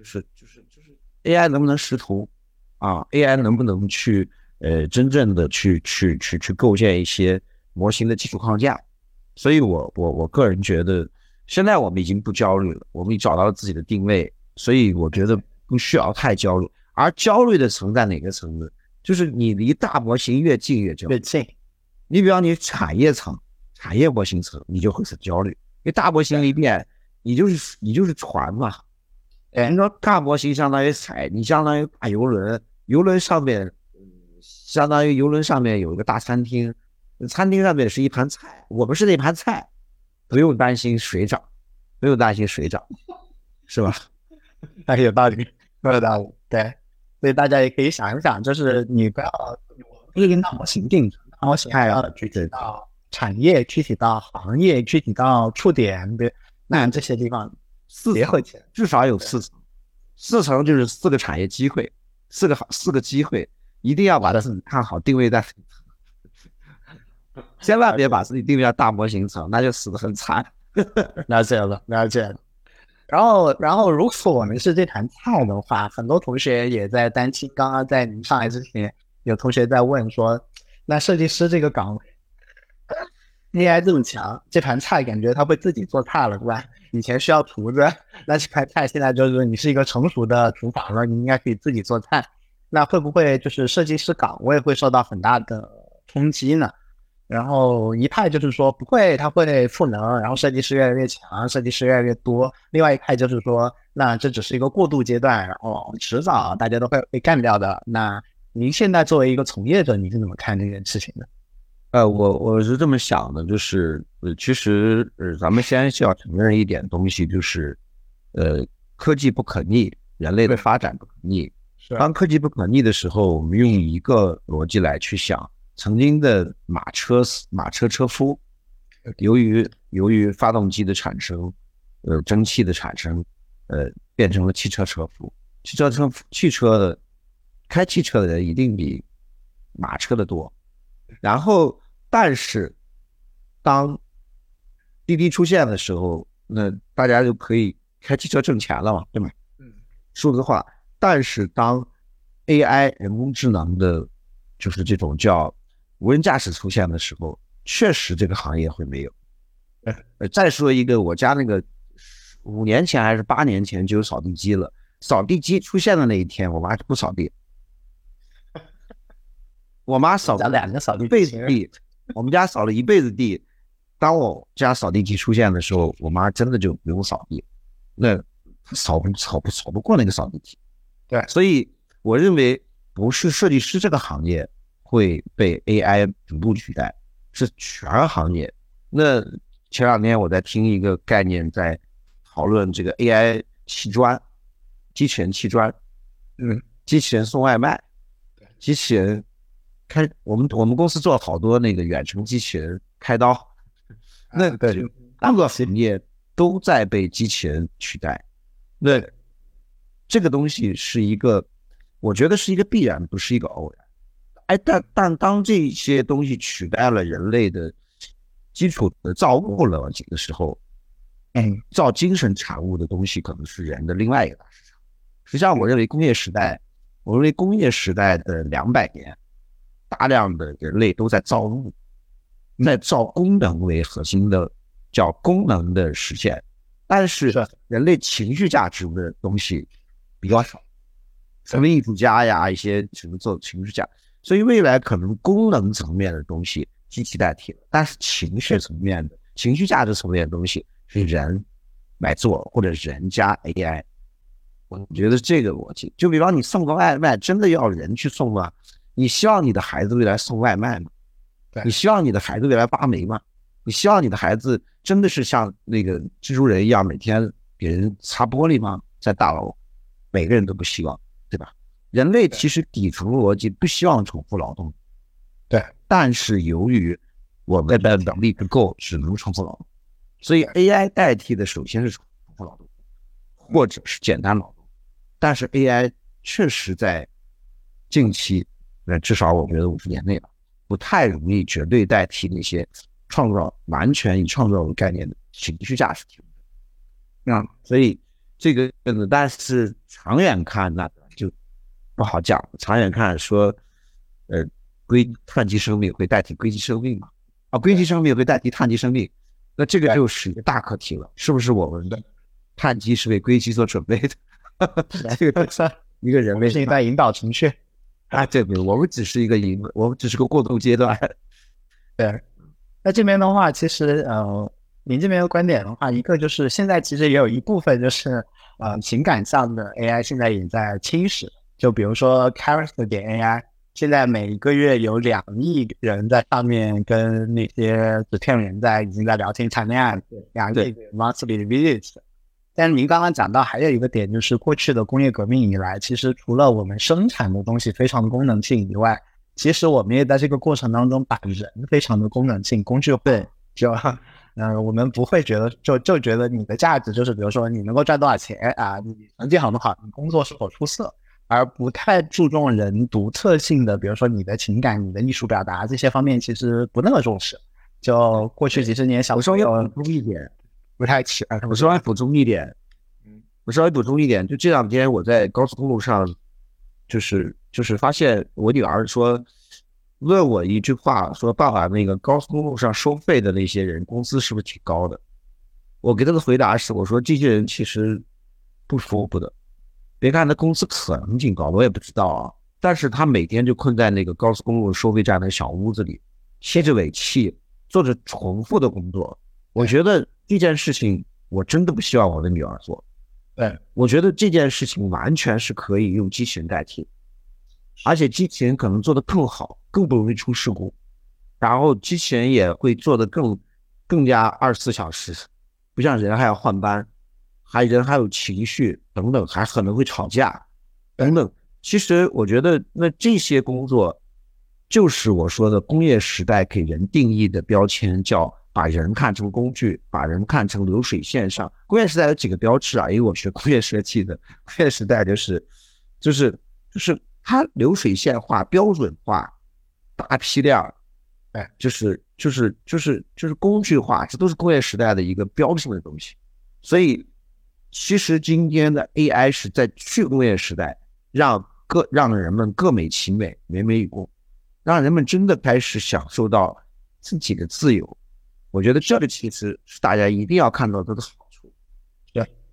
AI 能不能识图啊 ，AI 能不能去真正的去构建一些模型的基础框架。所以我个人觉得，现在我们已经不焦虑了，我们已找到了自己的定位，所以我觉得不需要太焦虑。而焦虑的层在哪个层呢？就是你离大模型越近越焦虑。你比方你产业层、产业模型层，你就会很焦虑，因为大模型里面你就是船嘛。你说大模型相当于海，你相当于大游轮，游轮上面相当于游轮上面有一个大餐厅。餐厅上面是一盘菜，我们是那盘菜，不用担心水涨，不用担心水涨，是吧？ 有道理，有道理。对，所以大家也可以想一想，就是你不要一个大模型定，大模型还要具体到产业，具体到行业，具体到触点，那这些地方结合起来， 至少有4层，4层就是4个产业机会，4个机会，一定要把它看好，定位在。千万别把自己定位在大模型层，那就死得很惨。 了解了。然后，如果我们是这盘菜的话，很多同学也在担心。刚刚在您上来之前，有同学在问说，那设计师这个岗位 ，AI 这么强，这盘菜感觉他会自己做菜了，对吧？以前需要厨子，那这盘菜现在就是你是一个成熟的厨房了，你应该可以自己做菜。那会不会就是设计师岗位会受到很大的冲击呢？然后一派就是说不会，它会赋能，然后设计师越来越强，设计师越来越多。另外一派就是说，那这只是一个过渡阶段，然后迟早大家都会被干掉的。那您现在作为一个从业者，你是怎么看这件事情的？ 我是这么想的，就是其实咱们先需要承认一点东西，就是科技不可逆，人类的发展不可逆。当科技不可逆的时候，我们用一个逻辑来去想。曾经的马车车夫，由于发动机的产生，蒸汽的产生，变成了汽车车夫。开汽车的人一定比马车的多。然后，但是当滴滴出现的时候，那大家就可以开汽车挣钱了嘛，对吗？数字化。但是当 AI 人工智能的，就是这种叫无人驾驶出现的时候，确实这个行业会没有。再说一个，我 5年前还是8年前就有扫地机了。扫地机出现的那一天，我妈就不扫地。我妈扫了 2个扫地一辈子地，我们家扫了一辈子地。当我家扫地机出现的时候，我妈真的就不用扫地，那扫不过那个扫地机。 对， 所以我认为不是设计师这个行业会被 AI 逐步取代，是全行业。那前2天我在听一个概念，在讨论这个 AI 砌砖，机器人砌砖，机器人送外卖，机器人我们公司做了好多那个远程机器人开刀，那各个行业都在被机器人取代。那这个东西是一个，我觉得是一个必然，不是一个偶然。但当这些东西取代了人类的基础的造物逻辑的时候，造精神产物的东西可能是人的另外一个大市场。实际上，我认为工业时代的200年，大量的人类都在造物，在造功能为核心的叫功能的实现，但是人类情绪价值的东西比较少，什么艺术家呀，一些什么做情绪价，所以未来可能功能层面的东西机器代替了，但是情绪层面的情绪价值层面的东西是人来做，或者人加 AI。我觉得这个逻辑，就比方你送个外卖，真的要人去送吗？你希望你的孩子未来送外卖吗？你希望你的孩子未来扒煤吗？你希望你的孩子真的是像那个蜘蛛人一样每天给人擦玻璃吗？在大楼，每个人都不希望，对吧？人类其实底层逻辑不希望重复劳动， 对， 但是由于我们的能力不够，只能重复劳动，所以 AI 代替的首先是重复劳动，或者是简单劳动。但是 AI 确实在近期，至少我觉得50年内吧，不太容易绝对代替那些完全以创造为概念的情绪价值提供。所以这个但是长远看那就不好讲。长远看说，碳基生命会代替硅基生命嘛？硅基生命会代替碳基生命，那这个就是一个大课题了，是不是我们的碳基是为硅基所准备的？这个一个人类是在引导程序对，我们只是个过渡阶段。 对，那这边的话，其实您这边的观点的话，一个就是现在其实也有一部分就是情感上的 AI 现在也在侵蚀，就比如说 Character 点 AI， 现在每个月有2亿人在上面跟那些纸片人已经在聊天谈恋爱，2亿个 monthly visits。但是您刚刚讲到还有一个点，就是过去的工业革命以来，其实除了我们生产的东西非常的功能性以外，其实我们也在这个过程当中把人非常的功能性工具化。就我们不会觉得就觉得你的价值就是比如说你能够赚多少钱啊，你成绩好不好，你工作是否出色，而不太注重人独特性的，比如说你的情感、你的艺术表达这些方面，其实不那么重视。就过去几十年，小时候要补充一点。 不太起来。 我稍微补充一点，就这2天我在高速公路上，就是发现我女儿问我一句话，说爸爸，那个高速公路上收费的那些人工资是不是挺高的？我给她的回答是，我说这些人其实不舒服的，别看他工资可能挺高，我也不知道啊，但是他每天就困在那个高速公路收费站的小屋子里，吸着尾气，做着重复的工作。我觉得这件事情我真的不希望我的女儿做。 对， 我觉得这件事情完全是可以用机器人代替，而且机器人可能做得更好，更不容易出事故，然后机器人也会做得更加24小时，不像人还要换班，人还有情绪等等，还可能会吵架等等。其实我觉得那这些工作就是我说的工业时代给人定义的标签，叫把人看成工具，把人看成流水线上。工业时代有几个标志啊？因为我学工业设计的，工业时代就是它流水线化、标准化、大批量，就是工具化，这都是工业时代的一个标志性的东西。所以其实今天的 AI 是在去工业时代让人们各美其美，美美与共，让人们真的开始享受到自己的自由。我觉得这个其实是大家一定要看到它的好处。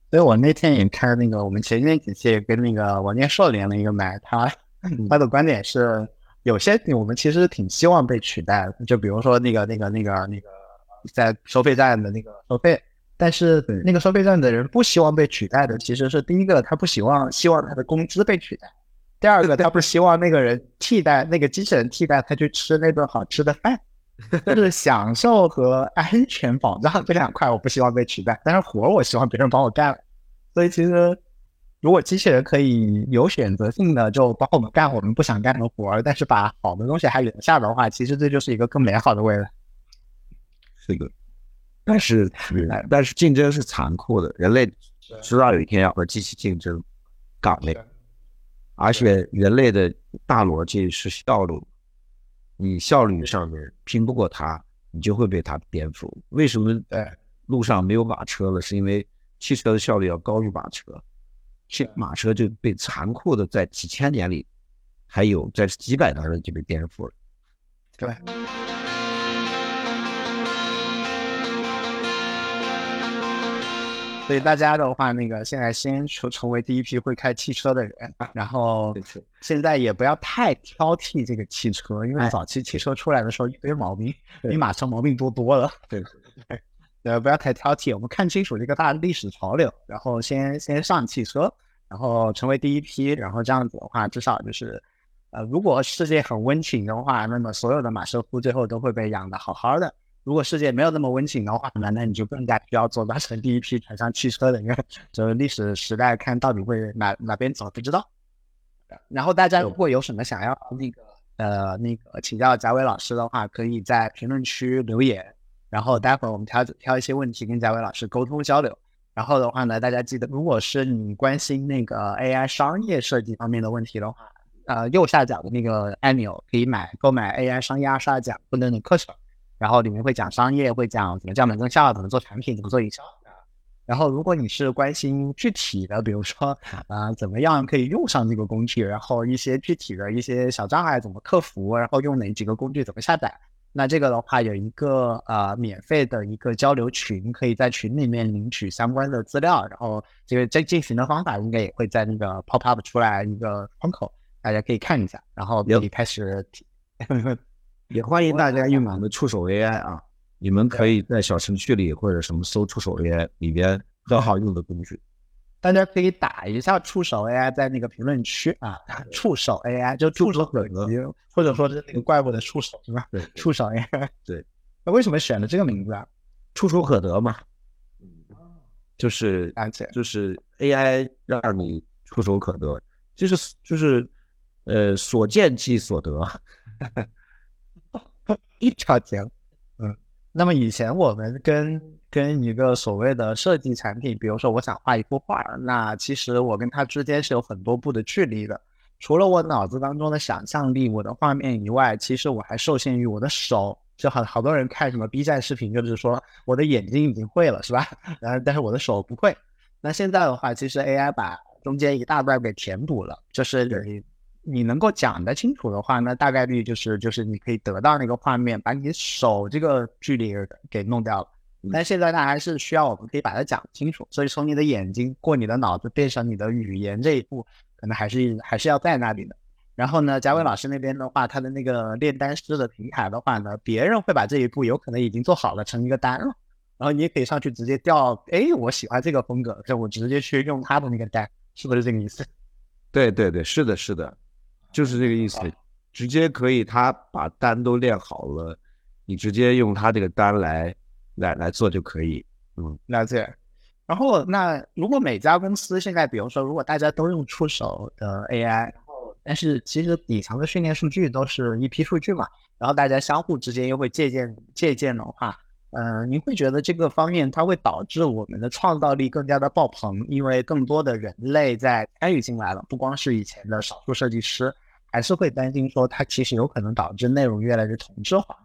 所以我那天也看那个，我们前几期也跟那个王建硕连了一个麦，他的观点是，有些我们其实挺希望被取代的，就比如说那个在收费站的那个收费，但是那个收费站的人不希望被取代的，其实是第一个他不希望他的工资被取代，第二个他不希望那个人替代那个机器人替代他去吃那顿好吃的饭。就是享受和安全保障这两块我不希望被取代，但是活我希望别人帮我干了。所以其实如果机器人可以有选择性的就帮我们干我们不想干的活，但是把好的东西还留下的话，其实这就是一个更美好的未来。 是的，但是竞争是残酷的，人类迟早有一天要和机器竞争岗位，而且人类的大逻辑是效率，你效率上面拼不过它，你就会被它颠覆。为什么路上没有马车了？是因为汽车的效率要高于马车，马车就被残酷的在几千年里，还有在几百年里就被颠覆了。 对。所以大家的话，那个现在先成为第一批会开汽车的人，然后现在也不要太挑剔这个汽车，因为早期汽车出来的时候一堆毛病，比马车毛病多了。对，不要太挑剔，我们看清楚这个大历史潮流，然后先上汽车，然后成为第一批，然后这样子的话，至少就是如果世界很温情的话，那么所有的马车夫最后都会被养得好好的。如果世界没有那么温情的话，那你就更加需要做到成第一批踩上汽车的人。就是历史时代看到底会哪边走不知道。然后大家如果有什么想要那个请教贾伟老师的话，可以在评论区留言，然后待会儿我们挑一些问题跟贾伟老师沟通交流。然后的话呢，大家记得，如果是你关心那个 AI 商业设计方面的问题的话，右下角的那个按钮可以购买 AI 商业22讲等等的课程。然后里面会讲商业，会讲怎么降本增效，怎么做产品，怎么做营销。然后如果你是关心具体的，比如说怎么样可以用上这个工具，然后一些具体的一些小障碍怎么克服，然后用哪几个工具怎么下载，那这个的话有一个免费的一个交流群，可以在群里面领取相关的资料，然后这个进行的方法应该也会在那个 pop up 出来一个窗口，大家可以看一下，然后可以开始也欢迎大家用我们的触手 AI 啊，你们可以在小程序里或者什么搜触手 AI 里边很好用的工具。 大家可以打一下触手 AI 在那个评论区啊，触手 AI 就触手可及，或者说是那个怪物的触手是吧？ 对， 触手 AI。 对， 那为什么选了这个名字啊？ 触手可得嘛，就是 AI 让你触手可得，就是所见即所得。 一条节，那么以前我们跟一个所谓的设计产品，比如说我想画一幅画，那其实我跟它之间是有很多步的距离的。除了我脑子当中的想象力，我的画面以外，其实我还受限于我的手。就好多人看什么 B 站视频，就是说我的眼睛已经会了，是吧？但是我的手不会。那现在的话，其实 AI 把中间一大段给填补了，就是你能够讲得清楚的话，那大概率就是你可以得到那个画面，把你手这个距离给弄掉了。但现在它还是需要我们可以把它讲清楚，所以从你的眼睛过你的脑子变成你的语言这一步，可能还是要在那里的。然后呢，贾伟老师那边的话，他的那个炼丹师的平台的话呢，别人会把这一步有可能已经做好了，成一个单了。然后你也可以上去直接调，我喜欢这个风格，我直接去用他的那个单，是不是这个意思？ 对，是的，就是这个意思。直接可以，他把单都练好了，你直接用他这个单来做就可以。 了解。然后那如果每家公司现在，比如说如果大家都用触手的 AI，但是其实底层的训练数据都是一批数据嘛，然后大家相互之间又会借鉴的话，您会觉得这个方面它会导致我们的创造力更加的爆棚，因为更多的人类在参与进来了，不光是以前的少数设计师，还是会担心说它其实有可能导致内容越来越同质化。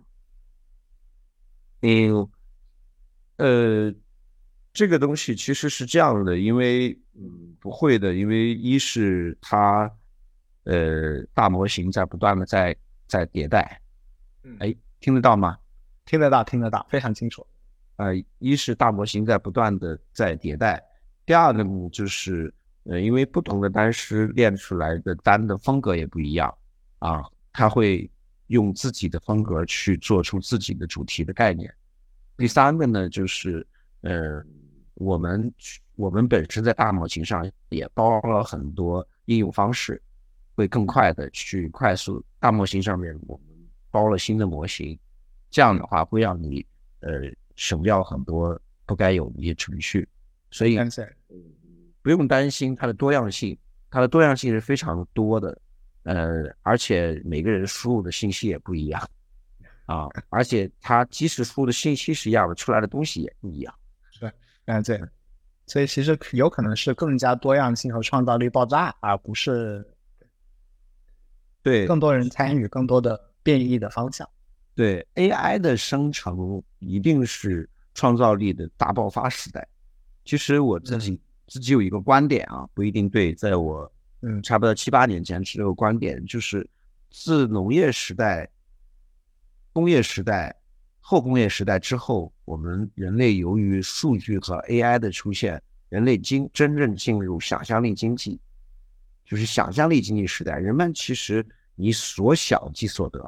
这个东西其实是这样的，因为不会的，因为一是它大模型在不断的在迭代。听得到吗？ 听得到，非常清楚。 一是大模型在不断的在迭代， 第二个呢，就是因为不同的单师练出来的单的风格也不一样啊，他会用自己的风格去做出自己的主题的概念。第三个呢，就是我们本身在大模型上也包了很多应用方式，会更快的去快速大模型上面我们包了新的模型，这样的话会让你省掉很多不该有的一些程序，所以不用担心它的多样性，它的多样性是非常多的，而且每个人输入的信息也不一样啊，而且它即使输入的信息是一样的，出来的东西也不一样。 对，所以其实有可能是更加多样性和创造力爆炸，而不是对更多人参与更多的变异的方向。 对 AI 的生成一定是创造力的大爆发时代。其实我自己有一个观点啊，不一定对，在我差不多7、8年前是这个观点，就是自农业时代、工业时代、后工业时代之后，我们人类由于数据和 AI 的出现，人类真正进入想象力经济，就是想象力经济时代。人们其实你所想即所得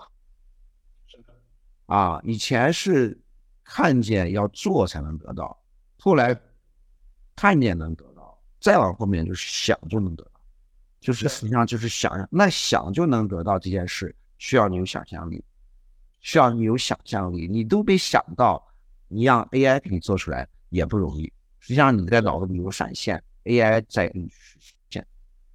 啊，以前是看见要做才能得到，后来看见能得到，再往后面就是想就能得到，就是实际上就是想，那想就能得到这件事，需要你有想象力，需要你有想象力，你都没想到，你让 AI 给你做出来也不容易。实际上你在脑子里有闪现 ，AI 在给你实现。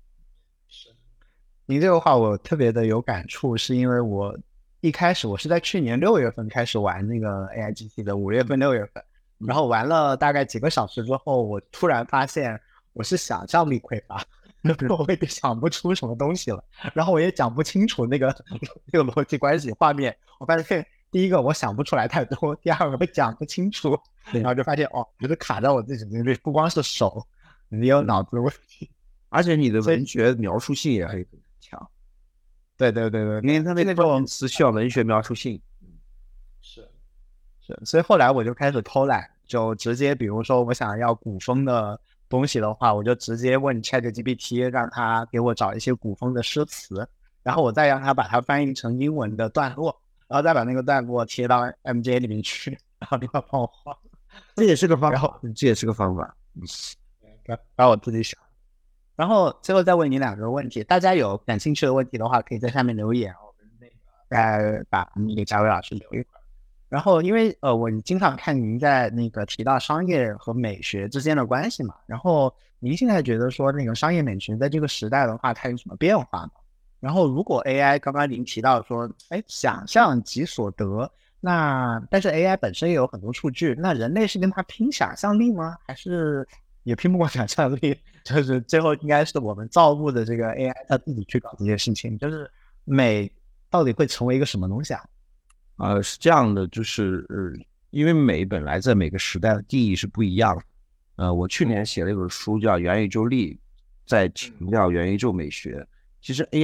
您这个话我特别的有感触，是因为我一开始我是在去年6月份开始玩那个 AIGC 的，5月份、6月份，然后玩了大概几个小时之后，我突然发现我是想象力匮乏，我也想不出什么东西了，然后我也讲不清楚那个逻辑关系画面。我发现第一个我想不出来太多，第二个我讲不清楚，然后就发现就是卡在我自己这里，不光是手，你有脑子的问题， 而且你的文学描述性也很强。 对， 因为它那个关键词需要文学描述性。 是，所以后来我就开始偷懒，就直接比如说我想要古风的东西的话，我就直接问 ChatGPT， 让他给我找一些古风的诗词，然后我再让他把它翻译成英文的段落，然后再把那个段落贴到 MJ 里面去，然后另外帮我画。 这也是个方法，这也是个方法。 把我自己想。然后最后再问你2个问题，大家有感兴趣的问题的话，可以在下面留言，我们把那个嘉伟老师留一会儿。然后因为我经常看您在那个提到商业和美学之间的关系嘛，然后您现在觉得说那个商业美学在这个时代的话，它有什么变化吗？然后如果 AI 刚刚您提到说，想象即所得，但是 AI 本身也有很多数据，那人类是跟它拼想象力吗？还是也拼不过想象力？就是最后应该是我们造物的这个 AI 它自己去搞这些事情，就是美到底会成为一个什么东西啊？ 是这样的，就是因为美本来在每个时代的定义是不一样的。我去年写了一本书叫《元宇宙力》，在强调元宇宙美学。其实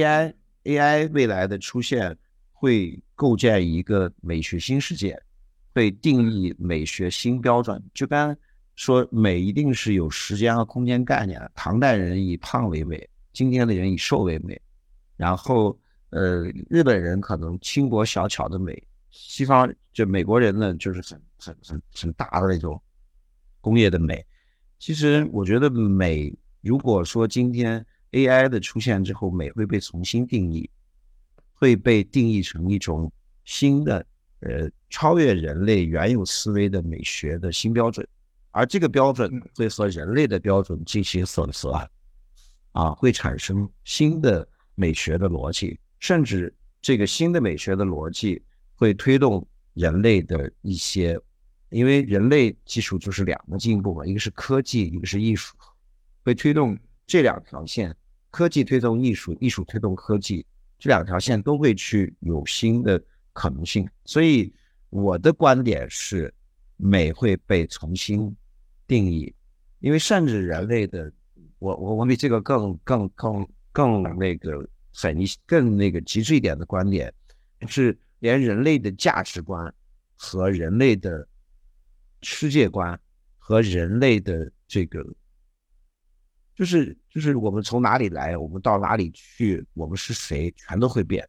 AI 未来的出现会构建一个美学新世界，会定义美学新标准。就刚说美一定是有时间和空间概念的，唐代人以胖为美，今天的人以瘦为美，然后日本人可能轻薄小巧的美，西方就美国人呢就是很大的那种工业的美。其实我觉得美，如果说今天 AI 的出现之后，美会被重新定义，会被定义成一种新的超越人类原有思维的美学的新标准，而这个标准会和人类的标准进行审核会产生新的美学的逻辑，甚至这个新的美学的逻辑会推动人类的一些，因为人类基础就是2个进步嘛，一个是科技，一个是艺术，会推动这2条线，科技推动艺术，艺术推动科技，这2条线都会去有新的可能性。所以我的观点是，美会被重新定义，因为甚至人类的，我比这个更那个更那个极致一点的观点，是连人类的价值观和人类的世界观和人类的这个就是我们从哪里来，我们到哪里去，我们是谁，全都会变。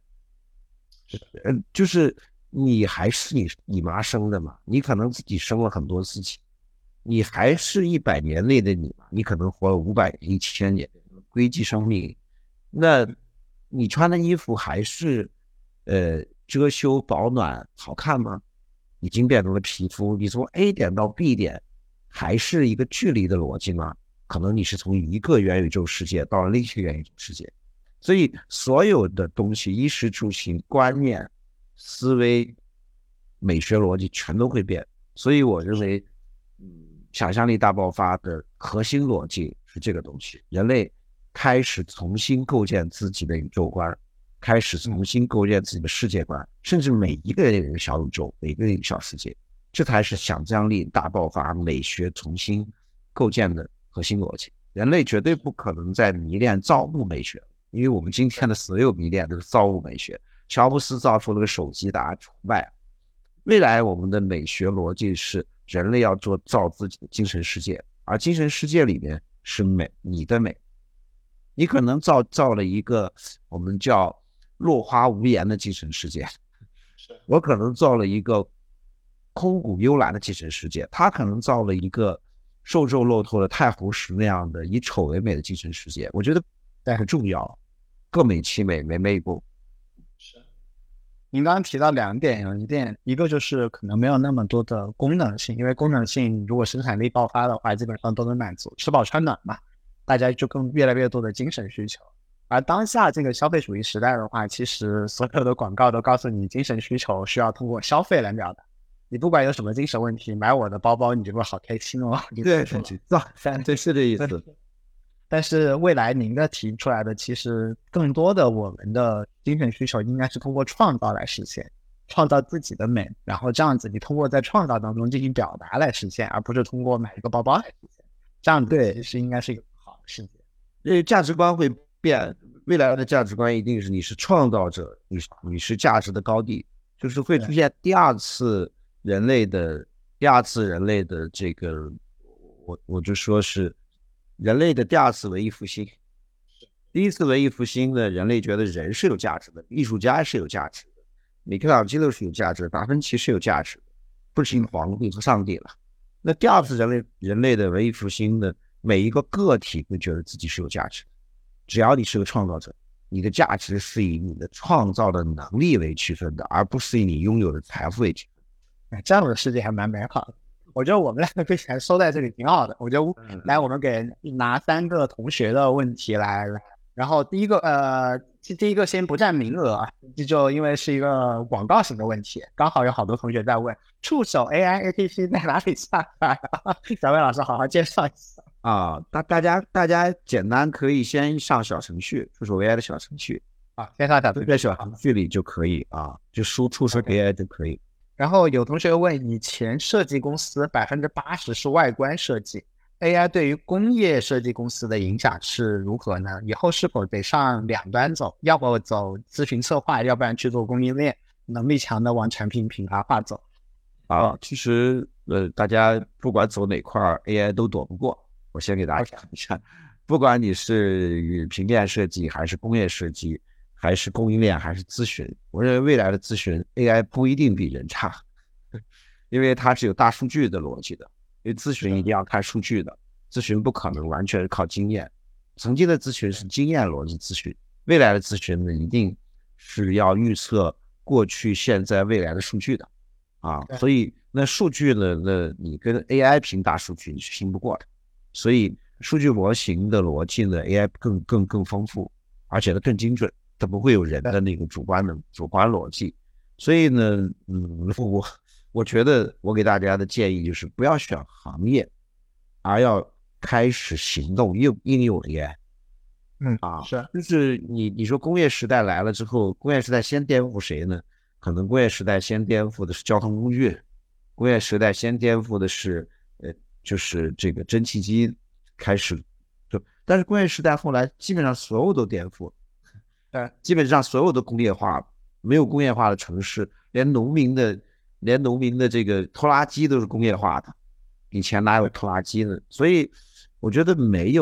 就是你还是你妈生的嘛，你可能自己生了很多事情，你还是100年内的你嘛，你可能活了500年、1000年，硅基生命，那你穿的衣服还是遮羞保暖好看吗？已经变成了皮肤。你从 A 点到 B 点还是一个距离的逻辑吗？可能你是从一个元宇宙世界到了另一个元宇宙世界。所以所有的东西，衣食住行、观念、思维、美学逻辑全都会变。所以我认为想象力大爆发的核心逻辑是这个东西，人类开始重新构建自己的宇宙观，开始重新构建自己的世界观，甚至每一个人有一个小宇宙，每个人有一个小世界，这才是想象力大爆发、美学重新构建的核心逻辑。人类绝对不可能再迷恋造物美学，因为我们今天的所有迷恋都是造物美学。乔布斯造出了个手机，大家崇拜。未来我们的美学逻辑是人类要造自己的精神世界，而精神世界里面是美，你的美。你可能造了一个我们叫落花无言的精神世界，我可能造了一个空谷幽兰的精神世界，他可能造了一个瘦皱露透的太湖石那样的以丑为美的精神世界。我觉得很重要，各美其美，美美与共。 您刚刚提到2点，一个就是可能没有那么多的功能性，因为功能性如果生产力爆发的话，基本上都能满足，吃饱穿暖嘛，大家就越来越多的精神需求。而当下这个消费主义时代的话，其实所有的广告都告诉你，精神需求需要通过消费来表达。你不管有什么精神问题，买我的包包你就会好开心哦。 对，这是这意思。 但是未来您的提出来的，其实更多的我们的精神需求应该是通过创造来实现，创造自己的美，然后这样子你通过在创造当中进行表达来实现，而不是通过买一个包包来实现。这样对其实应该是一个好的世界。 因为价值观会变，未来的价值观一定是你是创造者，你是价值的高地，就是会出现第二次人类的这个，我就说是人类的第二次文艺复兴。第一次文艺复兴呢，人类觉得人是有价值的，艺术家是有价值的，米开朗基罗是有价值的，达芬奇是有价值的，不仅皇帝和上帝了。那第二次人类的文艺复兴呢，每一个个体会觉得自己是有价值的，只要你是个创造者，你的价值是以你的创造的能力为区分的，而不是以你拥有的财富为区分。 这样的世界还蛮美好的。我觉得我们2个还收在这里挺好的。我觉得来，我们给拿3个同学的问题来，然后第一个先不占名额，就因为是一个广告型的问题，刚好有好多同学在问触手 AI APP 在哪里下载，小魏老师好好介绍一下啊。大家简单可以先上小程序，触手 AI 的小程序啊，先上小程序， 在小程序里就可以啊，就输触手 AI 就可以。 然后有同学问，以前设计公司80%是外观设计 ，AI 对于工业设计公司的影响是如何呢？以后是否得上2端走，要不走咨询策划，要不然去做供应链，能力强的往产品品牌化走？ 啊，其实大家不管走哪块 AI 都躲不过。我先给大家讲一下，不管你是平面设计还是工业设计，还是供应链还是咨询，我认为未来的咨询 AI 不一定比人差，因为它是有大数据的逻辑的。因为咨询一定要看数据的，咨询不可能完全靠经验。曾经的咨询是经验逻辑咨询，未来的咨询呢，一定是要预测过去、现在、未来的数据的啊。所以那数据呢，那你跟 AI 拼大数据你是拼不过的。所以数据模型的逻辑呢 ，AI 更丰富，而且它更精准。它不会有人的那个主观逻辑，所以呢，我觉得我给大家的建议就是不要选行业，而要开始行动应用 AI。 是， 就是你说工业时代来了之后，工业时代先颠覆谁呢？可能工业时代先颠覆的是交通工具，工业时代先颠覆的是就是这个蒸汽机开始，但是工业时代后来基本上所有都颠覆。基本上所有的工业化，没有工业化的城市，连农民的这个拖拉机都是工业化的，以前哪有拖拉机呢？所以我觉得没有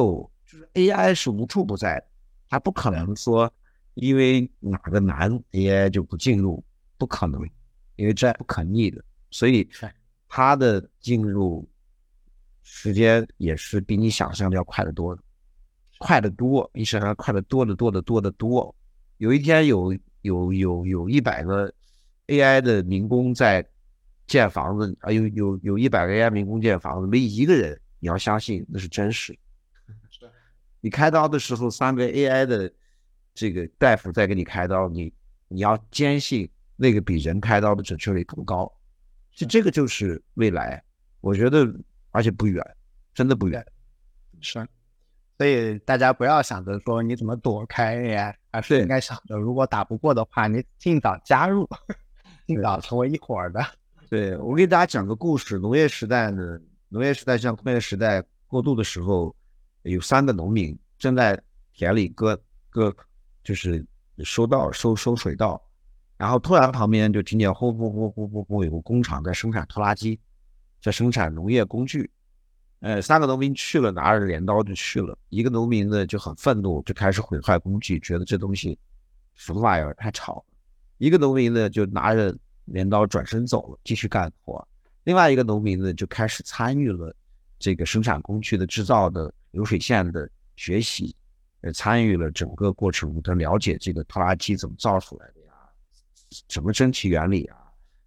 就是 AI 是无处不在的，它不可能说因为哪个难 AI 就不进入，不可能，因为这不可逆的，所以它的进入时间也是比你想象的要快得多的，快得多，比想象快得多得多得多得多。有一天有100个 AI 的民工在建房子啊，有100个 AI 民工建房子，没一个人你要相信那是真实。你开刀的时候，3个 AI 的这个大夫在给你开刀，你要坚信那个比人开刀的准确率更高。这个就是未来，我觉得而且不远，真的不远。 是，所以大家不要想着说你怎么躲开 AI， 而是应该想着如果打不过的话，你尽早加入，尽早成为一伙的。 对，我给大家讲个故事。农业时代向工业时代过渡的时候，有3个农民正在田里割就是收水稻，然后突然旁边就听见轰轰轰轰轰轰，有个工厂在生产拖拉机，在生产农业工具。3个农民去了，拿着镰刀就去了。一个农民呢就很愤怒，就开始毁坏工具，觉得这东西什么玩意儿太吵。一个农民呢就拿着镰刀转身走了，继续干活。另外一个农民呢就开始参与了这个生产工具的制造的流水线的学习，参与了整个过程的了解，这个拖拉机怎么造出来的呀，什么蒸汽原理啊，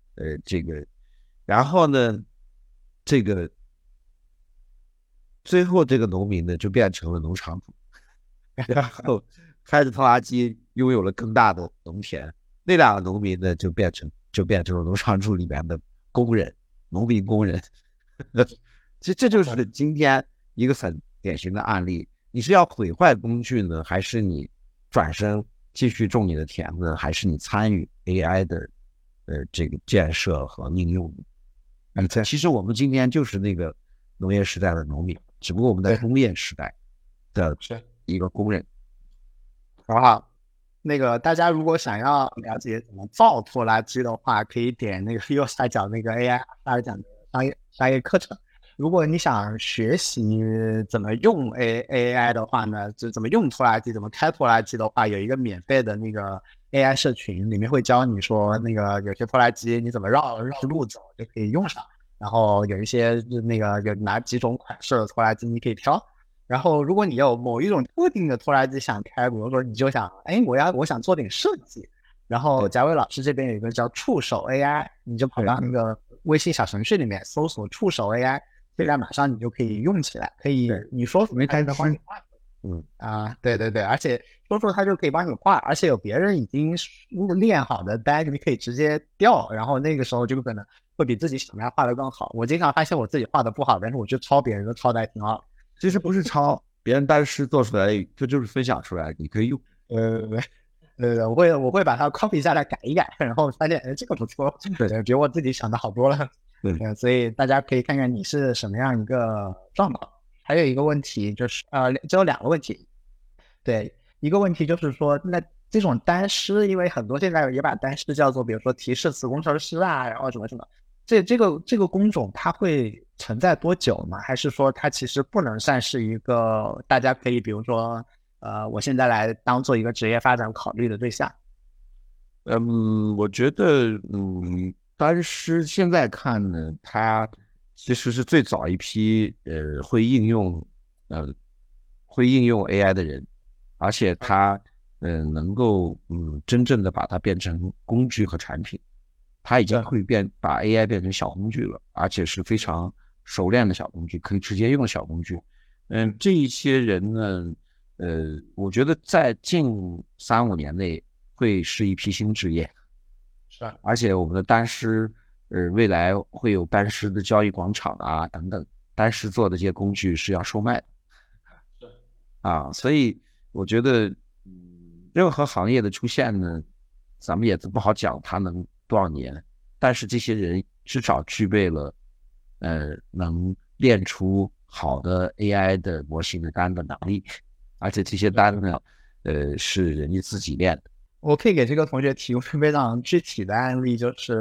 然后呢，最后这个农民呢就变成了农场主，然后开着拖拉机拥有了更大的农田。那2个农民呢就变成了农场主里面的工人，农民工人。这就是今天一个很典型的案例。你是要毁坏工具呢，还是你转身继续种你的田呢，还是你参与 AI 的这个建设和应用？其实我们今天就是那个农业时代的农民，只不过我们在工业时代的一个工人。 好不好？那个大家如果想要了解怎么造拖拉机的话，可以点那个右下角那个 AI 2讲的商业课程。如果你想学习怎么用 AI 的话呢，就怎么用拖拉机，怎么开拖拉机的话，有一个免费的那个 AI 社群，里面会教你说那个有些拖拉机你怎么绕路走就可以用上，然后有一些那个有哪几种款式的拖拉机你可以挑。然后如果你有某一种特定的拖拉机想开，比如说你就想我想做点设计，然后贾伟老师这边有一个叫触手 AI， 你就跑到那个微信小程序里面搜索触手 AI， 现在马上你就可以用起来，可以你说什么他就帮你画。对，而且说出他就可以帮你画，而且有别人已经练好的单你可以直接调，然后那个时候就可能会比自己想画的更好。我经常发现我自己画的不好，但是我去抄别人的抄的还挺好。 其实不是抄，别人单师做出来就是分享出来，你可以用。 我会把它 copy 下来改一改，然后发现这个不错，比我自己想的好多了。所以大家可以看看你是什么样一个状况。还有一个问题就是只有2个问题。对，一个问题就是说，那这种单师，因为很多现在也把单师叫做比如说提示词工程师啊，然后什么什么，这个工种它会存在多久吗？还是说它其实不能算是一个大家可以比如说我现在来当做一个职业发展考虑的对象？ 我觉得单师现在看呢，它其实是最早一批会应用 AI 的人，而且它能够真正的把它变成工具和产品。它已经会把 AI 变成小工具了，而且是非常熟练的小工具，可以直接用的小工具。这一些人呢，我觉得在近3-5年内会是一批新职业。 是， 而且我们的单师，未来会有单师的交易广场啊等等，单师做的这些工具是要售卖的。所以我觉得，任何行业的出现呢，咱们也不好讲它能多少年，但是这些人至少具备了能练出好的 AI 的模型的单的能力，而且这些单呢是人家自己练的。 我可以给这个同学提供非常具体的案例，就是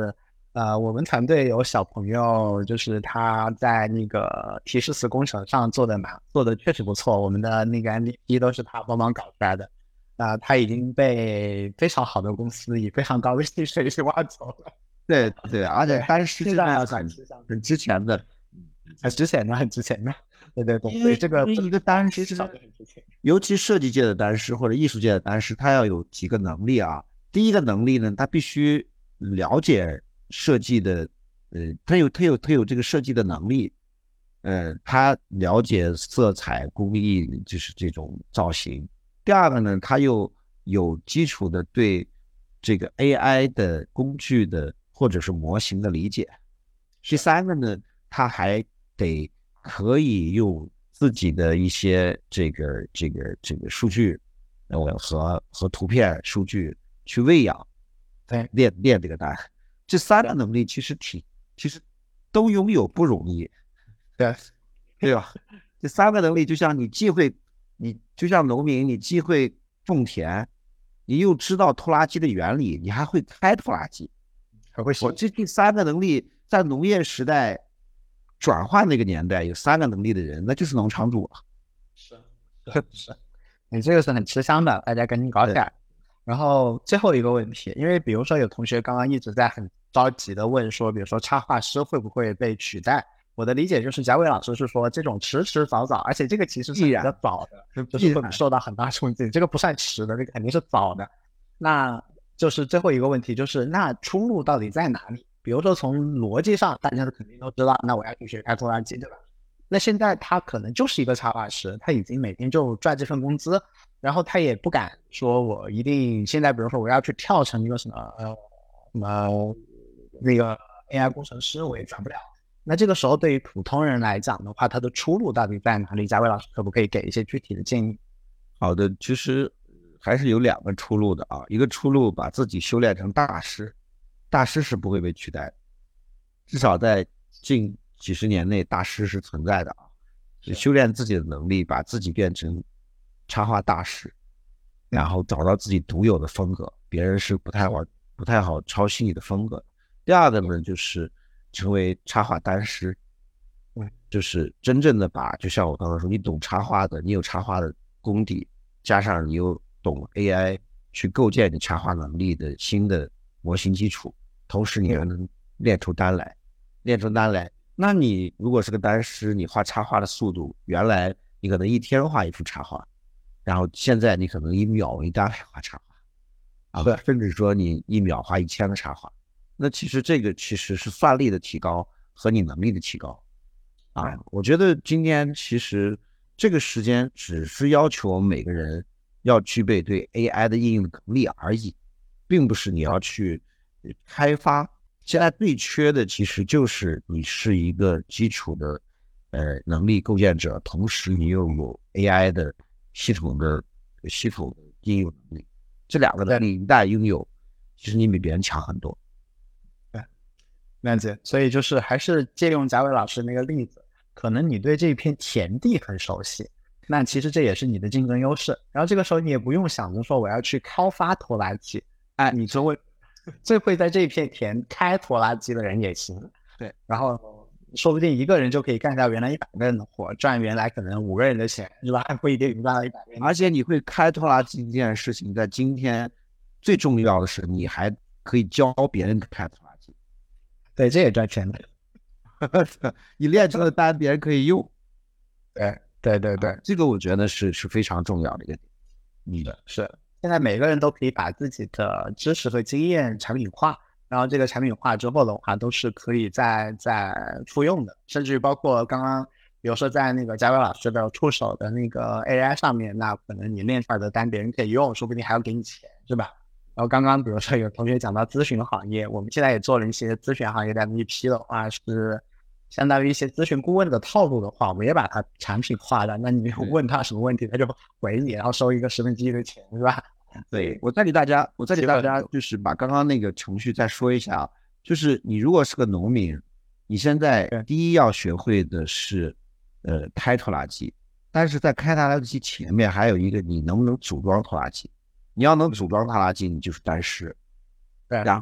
我们团队有小朋友，就是他在那个提示词工程上做的确实不错，我们的那个 MVP 都是他帮忙搞出来的。他已经被非常好的公司以非常高的薪水去挖走了。 对对，而且单是现在要转很之前的， 很值钱的。对对对， 因为这个一个单师， 至少很值钱。 尤其设计界的单师或者艺术界的单师，他要有几个能力啊。第一个能力呢，他必须了解设计的，他有这个设计的能力，他了解色彩工艺，就是这种造型。第二个呢，他又有基础的对这个 AI 的工具的或者是模型的理解。第三个呢，他还得可以用自己的一些这个数据，和图片数据去喂养， 对， 练这个单。这三个能力其实都拥有不容易，对吧？这三个能力就像你就像农民，你既会种田，你又知道拖拉机的原理，你还会开拖拉机。我这第三个能力在农业时代转换那个年代，有三个能力的人，那就是农场主了。 是，你这个是很吃香的，大家赶紧搞起来。然后最后一个问题，因为比如说有同学刚刚一直在很着急的问说，比如说插画师会不会被取代？我的理解就是贾伟老师是说这种迟迟早早，而且这个其实是比较早的，就是会受到很大冲击，这个不算迟的，这个肯定是早的。那就是最后一个问题，就是那出路到底在哪里？比如说从逻辑上，大家肯定都知道，那我要去学开拖拉机，对吧？那现在他可能就是一个插画师，他已经每天就赚这份工资，然后他也不敢说我一定现在，比如说我要去跳成一个什么那个 AI 工程师，我也转不了。那这个时候对于普通人来讲的话，他的出路到底在哪里？贾伟老师可不可以给一些具体的建议？ 好的，其实还是有两个出路的啊。一个出路把自己修炼成大师，大师是不会被取代的，至少在近几十年内，大师是存在的啊。修炼自己的能力，把自己变成插画大师，然后找到自己独有的风格，别人是不太好抄袭你的风格。第二个呢，就是成为插画单师，就是真正的把，就像我刚才说，你懂插画的，你有插画的功底，加上你又懂 AI 去构建你插画能力的新的模型基础，同时你还能练出单来。那你如果是个单师，你画插画的速度，原来你可能一天画一幅插画，然后现在你可能1秒一单来画插画啊，甚至说你1秒画1000个插画。那其实这个其实是算力的提高和你能力的提高啊。我觉得今天其实这个时间只是要求我们每个人要具备对 AI 的应用能力而已，并不是你要去开发。现在最缺的其实就是你是一个基础的能力构建者，同时你又有 AI 的系统的应用能力。这两个能力一旦拥有，其实你比别人强很多。 了解，所以就是还是借用贾伟老师那个例子，可能你对这片田地很熟悉，那其实这也是你的竞争优势。然后这个时候你也不用想着说我要去开发拖拉机，你最会在这片田开拖拉机的人也行。 对， 然后说不定一个人就可以干掉原来100个人的活，赚原来可能5个人的钱，是吧？不一定赚到100个人。 而且你会开拖拉机这件事情，在今天最重要的是，你还可以教别人开拖拉机。 对，这也赚钱的。 你练出的单，别人可以用。 对， 这个我觉得是非常重要的一个点。 是。现在每个人都可以把自己的知识和经验产品化，然后这个产品化之后的话，都是可以再复用的，甚至于包括刚刚比如说在那个贾伟老师的触手的那个 AI 上面，那可能你练出来的单别人可以用，说不定还要给你钱，是吧？然后刚刚比如说有同学讲到咨询行业，我们现在也做了一些咨询行业的 MVP 的话，是相当于一些咨询顾问的套路的话，我们也把它产品化了。那你问他什么问题，他就回你，然后收一个1/10的钱，是吧？ 对，我再给大家就是把刚刚那个程序再说一下啊，就是你如果是个农民，你现在第一要学会的是开拖拉机，但是在开拖拉机前面还有一个，你能不能组装拖拉机？你要能组装拖拉机，你就是单师。然后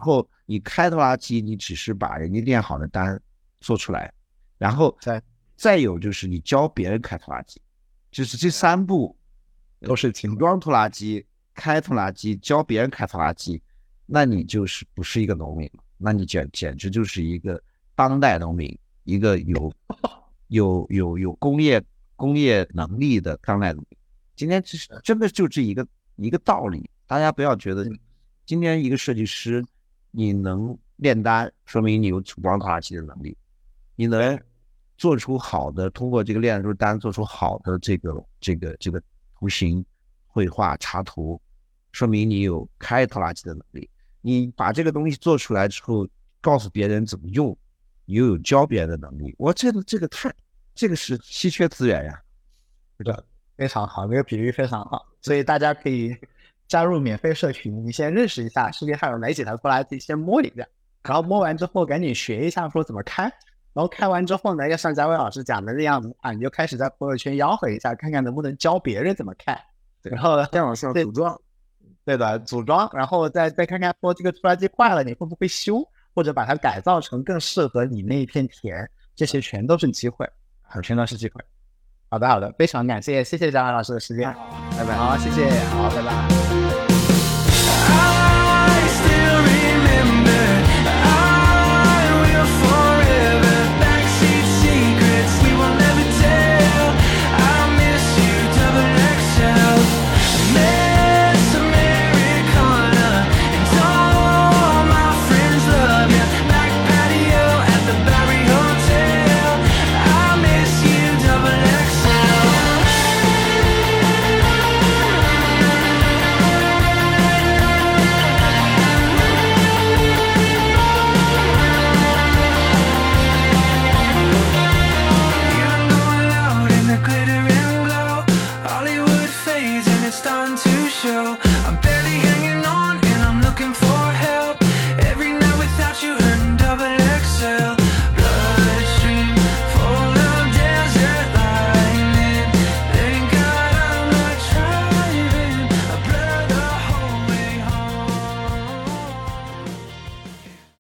你开拖拉机，你只是把人家练好的单做出来，然后再有就是你教别人开拖拉机，就是这3步都是组装拖拉机、开拖拉机、教别人开拖拉机，那你就是不是一个农民了，那你简直就是一个当代农民，一个有工业能力的当代农民。今天真的就这一个道理，大家不要觉得今天一个设计师你能炼单，说明你有组装拖拉机的能力，你能做出好的，通过这个炼出单做出好的这个图形、绘画、插图，说明你有开拖拉机的能力。你把这个东西做出来之后，告诉别人怎么用，你又有教别人的能力，这个是稀缺资源呀。 是的，非常好，这个比喻非常好，所以大家可以加入免费社群，你先认识一下世界上有哪几台拖拉机，先摸一下，然后摸完之后赶紧学一下说怎么开，然后开完之后呢，要像嘉伟老师讲的那样子啊，你就开始在朋友圈吆喝一下，看看能不能教别人怎么开，然后再往上组装， 对的，组装，然后再看看说这个拖拉机坏了你会不会修，或者把它改造成更适合你那一片田，这些全都是机会，全都是机会。好的，非常感谢嘉伟老师的时间， 拜拜。 好，谢谢，好，拜拜。